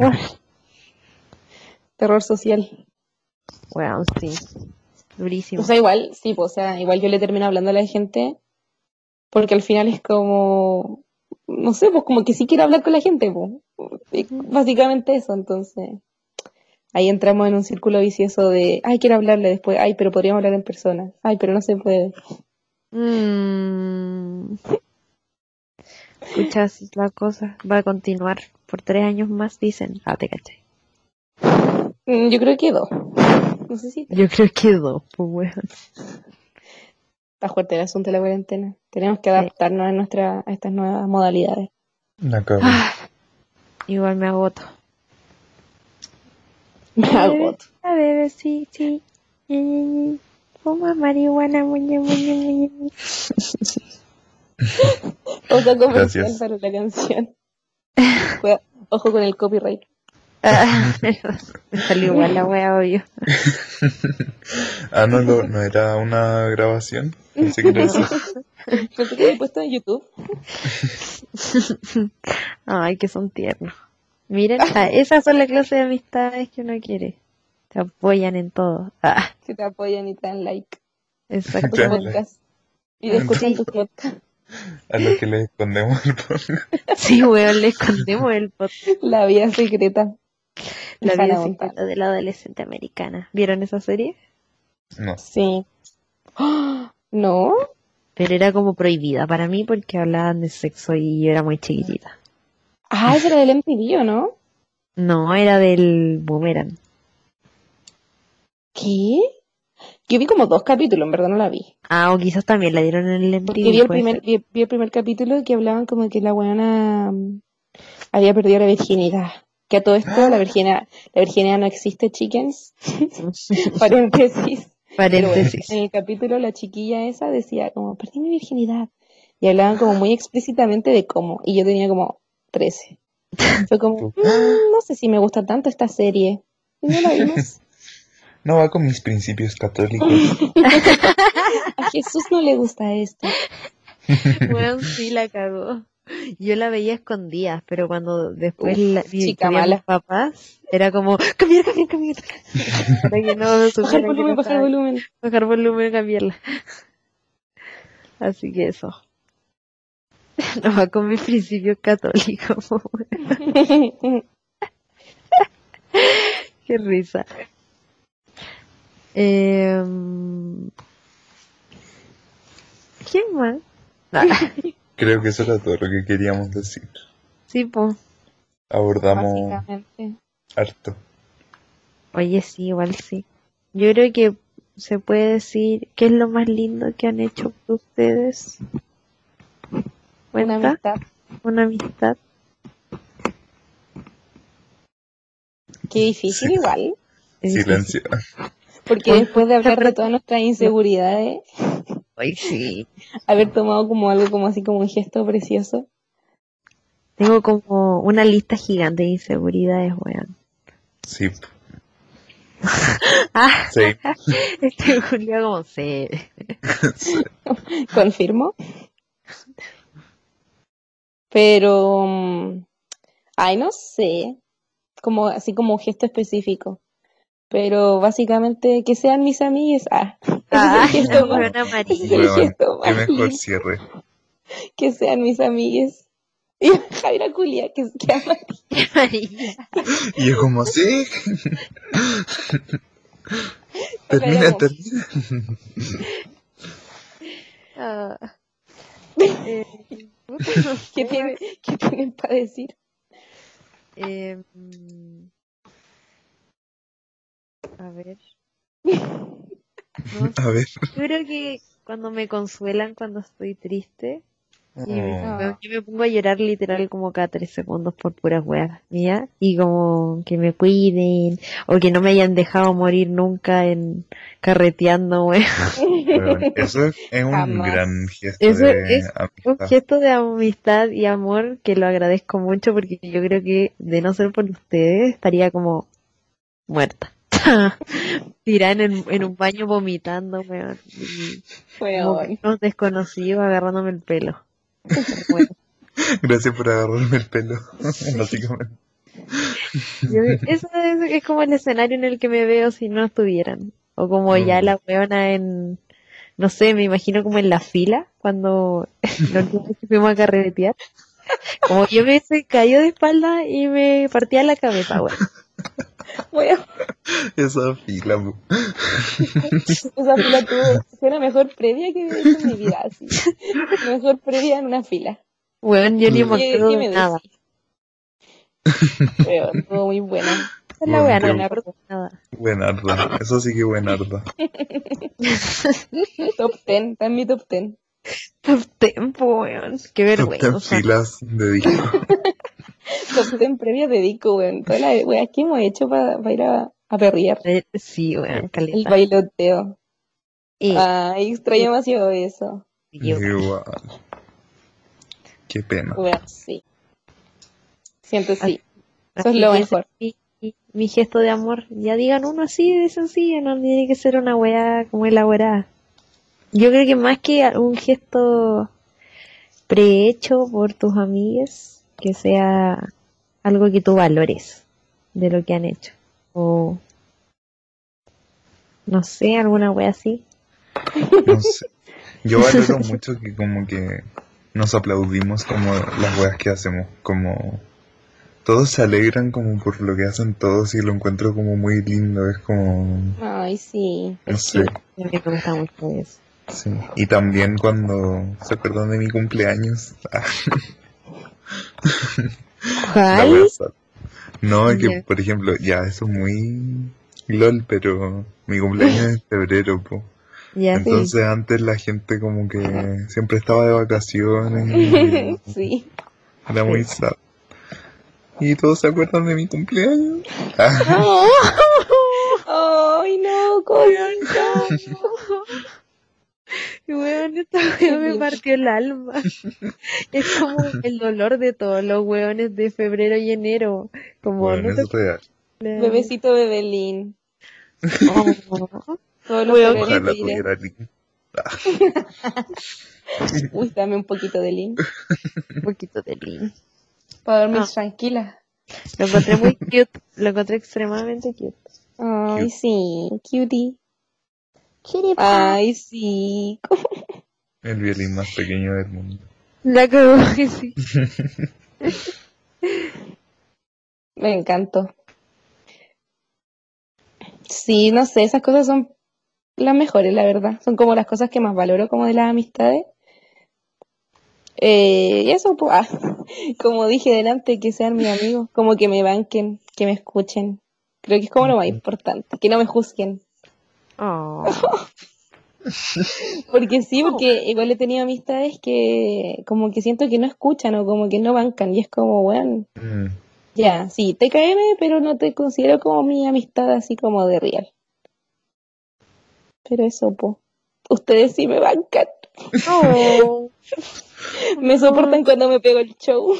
terror social. Bueno, sí, O durísimo. sea, igual, sí, pues, o sea, igual yo le termino hablando a la gente porque al final es como, no sé, pues como que sí quiero hablar con la gente, pues. Y básicamente eso, entonces. Ahí entramos en un círculo vicioso de, ay, quiero hablarle después, ay, pero podríamos hablar en persona, ay, pero no se puede. Mm, pucha, así es la cosa. Va a continuar por tres años más, dicen. Ah, te caché. Mm, Yo creo que dos, no sé si Yo tres. creo que dos, pues bueno. Está fuerte el asunto de la cuarentena. Tenemos que Sí. adaptarnos a, nuestra, a estas nuevas modalidades. La cago. Ah, igual me agoto. Me A bebé, agoto. a bebé, sí, sí. Ñe, Ñe, Ñe. Fuma marihuana, muñe, muñe, muñe, muñe. Otra comercial Gracias. para la canción. Cuida- Ojo con el copyright. Ah, me salió igual la wea, obvio. Ah, no, lo, no era una grabación. Pensé que era No. eso. Pensé que había puesto en YouTube. Ay, que son tiernos. Miren, ah, esas son la clase de amistades que uno quiere. Te apoyan en todo. Ah, Que te apoyan y te dan like a tus Claro, exactamente. podcasts. Y te escuchan Sí, tus podcasts. a los que les escondemos el podcast. sí, weón, le escondemos el pot. La vida secreta de La vida Hannah Montana. secreta de la adolescente americana. ¿Vieron esa serie? No. Sí. ¡Ah! ¿No? Pero era como prohibida para mí porque hablaban de sexo y yo era muy chiquitita. Ah, ese era del M T V, ¿o no? No, era del Boomerang. ¿Qué? Yo vi como dos capítulos, en verdad no la vi. Ah, o quizás también la dieron en el Porque vi M T V, el puede primer, ser. vi, vi el primer capítulo que hablaban como que la weona mm, había perdido la virginidad. Que a todo esto la virginidad, la virginidad no existe, chickens. Paréntesis. Pero bueno, Paréntesis. en el capítulo la chiquilla esa decía como, perdí mi virginidad. Y hablaban como muy explícitamente de cómo. Y yo tenía como trece. Fue como, Tú. "Mm, no sé si me gusta tanto esta serie. Y no la vimos. No va con mis principios católicos. A Jesús no le gusta esto. Bueno, sí la cagó. Yo la veía escondida, pero cuando después la, Uf, vi, que chica vi a mis mala. papás, era como, cambiar, cambiar, cambiar. Para que no Bajar supieran que no volumen, bajar estaba ahí. volumen. Bajar volumen, cambiarla. Así que eso. No va con mis principios católicos. Qué risa. Eh, ¿Quién más? Ah, Creo que eso era todo lo que queríamos decir. sí, po. Abordamos Básicamente. harto. Oye, sí, igual sí. Yo creo que se puede decir qué es lo más lindo que han hecho por ustedes. Una ¿Cuenta? amistad. una amistad. Qué difícil igual, Es difícil. Silencio. porque Oye, después de hablar de pero- todas nuestras inseguridades, Ay, sí. haber tomado como algo como así como un gesto precioso. Tengo como una lista gigante de inseguridades, weón. Sí. Ah, Sí. este Julio como se... Sí. Confirmo. Pero, mm, ay, no sé, como así como un gesto específico. Pero básicamente que sean mis amigas. Ah, Ah, ese es el gesto más, weón ese es amarillo. el Weón, gesto qué más mejor lindo. cierre. Que sean mis amigues. Y Jaira Culia, que, que ama. Amarilla. Y yo como, sí, termina, Jaira como, termina. Ah, eh, puta, no ¿qué sé, tienen, qué tienen para decir? eh, mm, a ver, no A sé. ver. Yo creo que cuando me consuelan cuando estoy triste y me, Oh, me- Ah, yo me pongo a llorar literal como cada tres segundos por puras weas mías y como que me cuiden o que no me hayan dejado morir nunca en carreteando, wea. weón, eso es un jamás. gran gesto Eso de es un amistad. gesto de amistad y amor que lo agradezco mucho porque yo creo que de no ser por ustedes estaría como muerta. Tirada en, el- en un baño vomitando, weón. Y como que Weón. unos desconocidos agarrándome el pelo. Pero bueno, Gracias por agarrarme el pelo, básicamente. yo- eso es, es como el escenario en el que me veo si no estuvieran. O como ya Oh, la weona en, no sé, me imagino como en la fila, cuando la última vez que fuimos a carretear. Como yo me hubiese caído de espalda y me partía la cabeza, weón. Weón. esa fila, po. Esa fila tuvo, fue la mejor previa que he hecho en mi vida, así. La mejor previa en una fila. Weón, yo ni me ¿Qué, acuerdo qué de me nada. decís? Weón, estuvo muy buena. Esa es la Weón, weá, no me qué Buena. acuerdo de nada. buenarda. Eso sí que buenarda. Top ten, está en mi top ten. Top tempo, weón. Qué Top ten vergüenza. filas de disco. Top ten previas de disco, weón. Todas las weas que hemos hecho para ir a, a perrear. Eh, Sí, weón, El caleta. bailoteo. Y, Ay, extraño demasiado eso. y yo, Igual. Qué pena. Weón, sí. Siento así, sí. Eso es así lo que ese mejor. es mi, mi- mi gesto de amor. Ya digan uno así de sencillo, no tiene que ser una weá como elaborada. Yo creo que más que un gesto prehecho por tus amigues, que sea algo que tú valores de lo que han hecho. O, no sé, alguna wea así. No sé. Yo valoro mucho que como que nos aplaudimos como las weas que hacemos. Como todos se alegran como por lo que hacen todos y lo encuentro como muy lindo. Es como, Ay, sí. no Es sé. cute. A mí me gusta mucho eso. Sí. Y también cuando se acuerdan de mi cumpleaños. ah, la ¿Cuál? wea sad. No, es que, Ya, por ejemplo, ya, eso es muy LOL, pero mi cumpleaños es en febrero, po. ya sí. Entonces antes la gente como que siempre estaba de vacaciones y Sí. era muy Sí. sad. ¿Y todos se acuerdan de mi cumpleaños? Ah, Ay, no, cosita. Weón, esta Qué weón me lindo. partió el alma. Es como el dolor de todos los weones de febrero y enero. Como bueno, no te es real. cumpleaños. Bebecito Bebelín. Oh, Todos los weón, febrero qué Ojalá diré. tuviera link. Ah, Uy, dame un poquito de Lin. un poquito de link. Para dormir Ah, tranquila. lo encontré muy cute. Lo encontré extremadamente cute. Ay, cute. sí. Cutie. Cutie pie. Ay, sí. El violín más pequeño del mundo. La cagó que sí. Me encantó. Sí, no sé, esas cosas son las mejores, la verdad. Son como las cosas que más valoro como de las amistades. Eh, y eso, pues, ah, como dije delante, que sean mis amigos, como que me banquen, que me escuchen. Creo que es como lo más importante, que no me juzguen. Oh. Porque sí, porque igual he tenido amistades que como que siento que no escuchan o como que no bancan y es como, bueno, Mm, ya, sí, te cae, pero no te considero como mi amistad así como de real. Pero eso, po. Ustedes sí me bancan. No, Me no. soportan cuando me pego el show.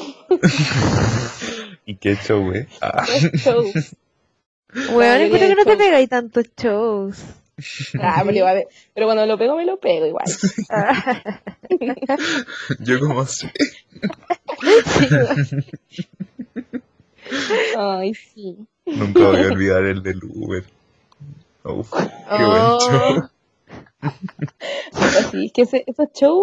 ¿Y qué show, eh? Ah, Los shows. La Weón, mayoría encuentro que de no te shows. pegáis tantos shows. Ah, pero, ¿Sí? igual- pero cuando lo pego, me lo pego igual. yo como sé. Sí, weón. Ay, sí. Nunca voy a olvidar el del Uber. Uf, qué buen Oh, show. Puta, sí, es que ese- esos shows,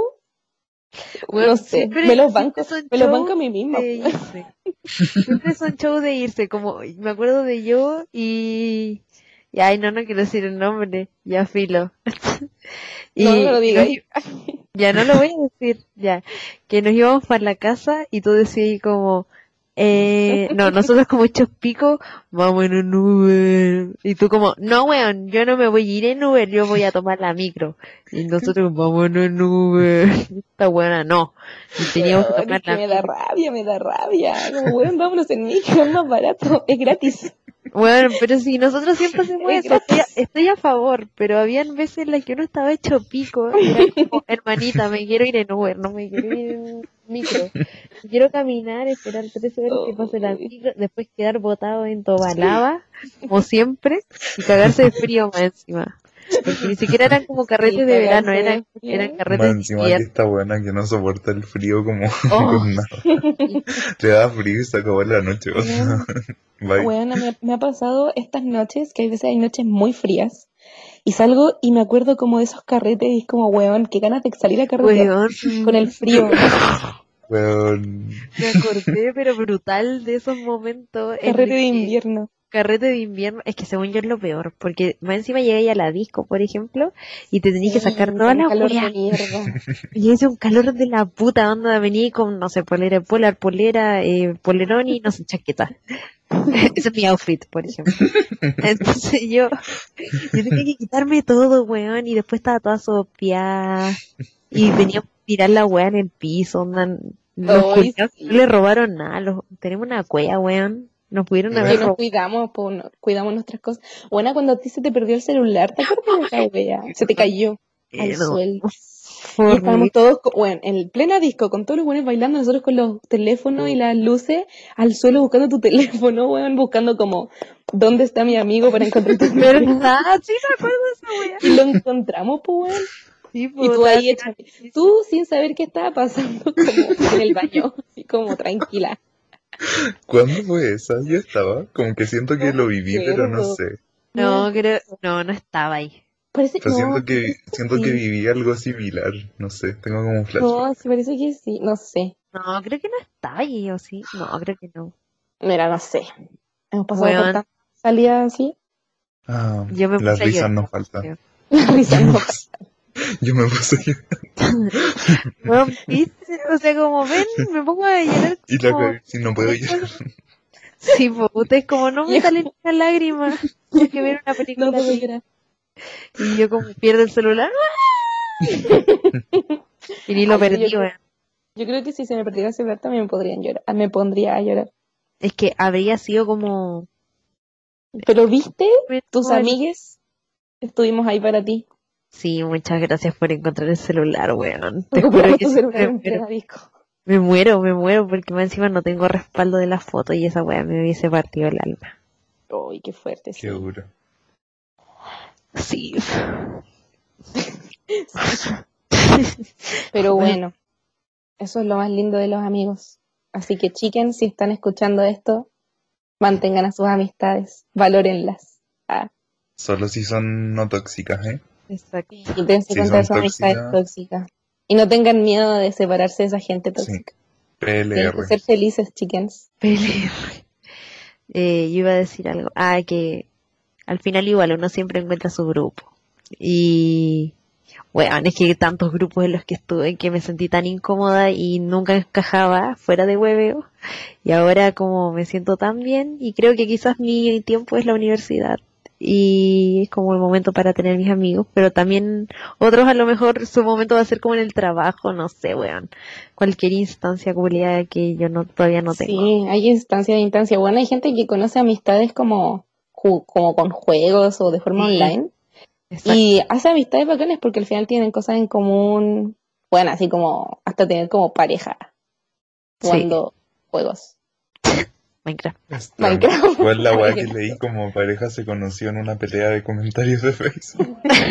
no weón, sé, me siempre, los siempre banco, son me los banco shows a mí misma. de irse. Siempre son shows de irse, como me acuerdo de yo y... y ay, no, no quiero decir el nombre, ya filo. No, no me lo Y, y nos digáis. i- ya no lo voy a decir, ya, que nos íbamos para la casa y tú decías ahí como, eh, no, nosotros como hechos pico, vamos en un Uber. Y tú como, no, weón, yo no me voy a ir en Uber, yo voy a tomar la micro. Y nosotros, vamos en un Uber. Esta buena no. Y teníamos que Weón, tomar es que la me da micro. rabia, me da rabia. Como, weón, vámonos en micro, es más barato, es gratis. Bueno, pero sí, nosotros siempre hacemos Es eso, estoy a, gratis. estoy a favor, pero habían veces en las que uno estaba hecho pico y era como, hermanita, me quiero ir en Uber, no me quiero ir en micro. Quiero caminar, esperar tres horas que pase la Ay, micro, después quedar botado en Tobalaba, como siempre, y cagarse de frío más encima. Porque ni siquiera eran como sí, carretes de verano, cagarse eran, de eran frío. Más carretes de encima que invierno. está buena que no soporta el frío como Oh, con nada. sí. Le da frío y se acabó la noche. O sea, Weón, bye. weón, me, me ha pasado estas noches, que hay veces hay noches muy frías, y salgo y me acuerdo como de esos carretes y es como, weón, qué ganas de salir a carretear Weón, con el frío. Weón. me acordé, pero brutal de esos momentos en Carrete el de que invierno. carrete de invierno, es que según yo es lo peor, porque más encima llegué a la disco, por ejemplo, y te tenías que sacar Sí, todas con un las calor weas. de mierda. Y es un calor de la puta onda, venía con, no sé, polera polar, polera, eh, polerón y no sé, chaqueta. Ese es mi outfit, por ejemplo. Entonces yo, yo tenía que quitarme todo, weón, y después estaba toda sopeada, y teníamos que tirar la wea en el piso, onda, los Hoy culiados no le sí. robaron nada, los, tenemos una cueva, weón, nos pudieron Que haber nos Weón. robado. cuidamos, pues, no- cuidamos nuestras cosas. Bueno, cuando a ti se te perdió el celular, ¿te acuerdas de esa wea? Se te cayó al Eh, no, suelo. fue Y estábamos horrible. todos, co- bueno, en plena disco, con todos los buenos bailando, nosotros con los teléfonos y las luces al suelo buscando tu teléfono, weón, buscando como, ¿dónde está mi amigo para encontrar tu teléfono? ¿Verdad? Sí me acuerdo de esa wea. Y lo encontramos, pues, weón. Sí, Y pues, tú estaba ahí tirado hecha, en el piso. tú sin saber qué estaba pasando, como en el baño, así como tranquila. ¿Cuándo fue esa? Yo estaba. Como que siento que No me lo viví, pero no acuerdo. sé. No, creo, Miércoles. no, no estaba ahí. Parece, Pero no, siento que, parece que siento que sí. viví algo similar. No sé, tengo como un No, flashback. sí, parece que sí. No sé. No, creo que no estaba ahí, ¿o sí? No, creo que no. Mira, no sé. Hemos pasado por Weón, tantas salidas así. Ah, yo me las puse a risas llorar, no faltan. creo. La risa no pasa. Yo me puse a llorar. Weón, ¿viste? O sea, como ven, me pongo a llorar Y la como cagué, si no puedo cualquier llorar. cosa. Sí, pues, ustedes como no Y me yo salen las lágrimas. Es que ver una no película puedo triste. llorar. Y yo como pierdo el celular. Y ni lo Ay, pero yo perdí, creo, weón. yo creo que si se me perdiera el celular también me podrían llorar. Me pondría a llorar. Es que habría sido como... Pero viste, tus como el- amigues estuvimos ahí para ti. Sí, muchas gracias por encontrar el celular, weón. Te juro Recuperamos que tu celular siempre en muero. plena disco. Me muero, me muero, porque más encima no tengo respaldo de la foto y esa weá me hubiese partido el alma. Uy, qué fuerte, Qué sí. duro. Sí. Sí. Pero Bueno, bueno, eso es lo más lindo de los amigos. Así que, chiquen, si están escuchando esto, mantengan a sus amistades, valórenlas. Ah, Solo si son no tóxicas, ¿eh? exacto. y dense Si cuenta de son sus amistades tóxicas, tóxicas. Y no tengan miedo de separarse de esa gente sí. tóxica. Tienen que P L R. ser felices, chickens. Peleé. Eh, yo iba a decir algo. Ah, que al final igual uno siempre encuentra su grupo. Y bueno, es que tantos grupos en los que estuve que me sentí tan incómoda y nunca encajaba fuera de hueveo. Y ahora como me siento tan bien y creo que quizás mi tiempo es la universidad. y es como el momento para tener mis amigos, pero también otros a lo mejor su momento va a ser como en el trabajo, no sé, weón, cualquier instancia culiada que yo no todavía no tengo. Sí, hay instancia de instancia. Bueno, hay gente que conoce amistades como, ju- como con juegos o de forma Sí, online. exacto. Y hace amistades bacanas porque al final tienen cosas en común. Bueno, así como hasta tener como pareja Sí, jugando juegos. Minecraft. Esto, Minecraft, igual la por weá que ejemplo. leí como pareja se conoció en una pelea de comentarios de Facebook.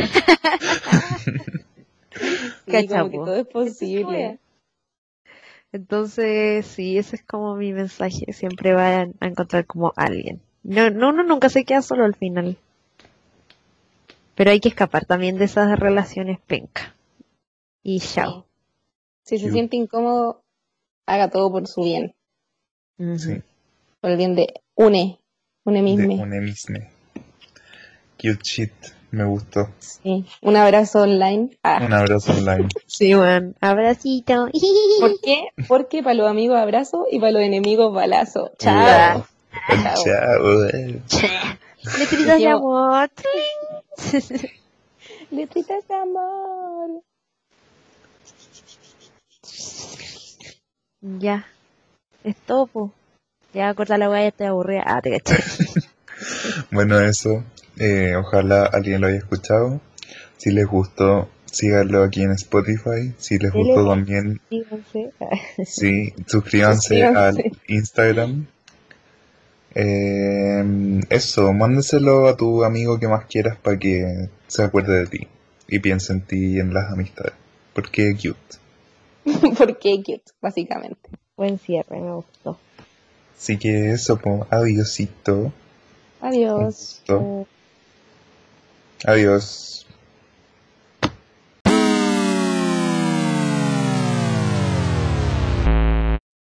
Sí, como que Cachapo. todo es posible. Entonces, sí, ese es como mi mensaje. Siempre van a encontrar como alguien. No, no, uno nunca se queda solo al final. Pero hay que escapar también de esas relaciones penca. Y chao. Sí. Si se Cute. siente incómodo, haga todo por su bien. Ujú. Sí, Por el bien de une, une de misme. un emisme. Cute shit, me gustó. Sí. Un abrazo online. Ah. Un abrazo online. Sí, bueno. Abracito. ¿Por qué? Porque para los amigos abrazo y para los enemigos balazo. Wow. Chao. Chao. Chao. eh. Letritas de Dijimos, amor. letritas de amor. Ya. Es todo, po. Ya corta la weá, ya estoy aburrida. Ah, te caché. Bueno, eso. eh, ojalá alguien lo haya escuchado. Si les gustó, síganlo aquí en Spotify. Si les Dele gustó like, también, suscríbanse. sí, suscríbanse al Suscríbanse. Instagram. Eh, eso, mándeselo a tu amigo que más quieras para que se acuerde de ti y piense en ti y en las amistades. Porque cute. Porque cute, básicamente. Buen cierre, me gustó. Así que eso, pues, adiosito. Un Adiós. gusto. Adiós.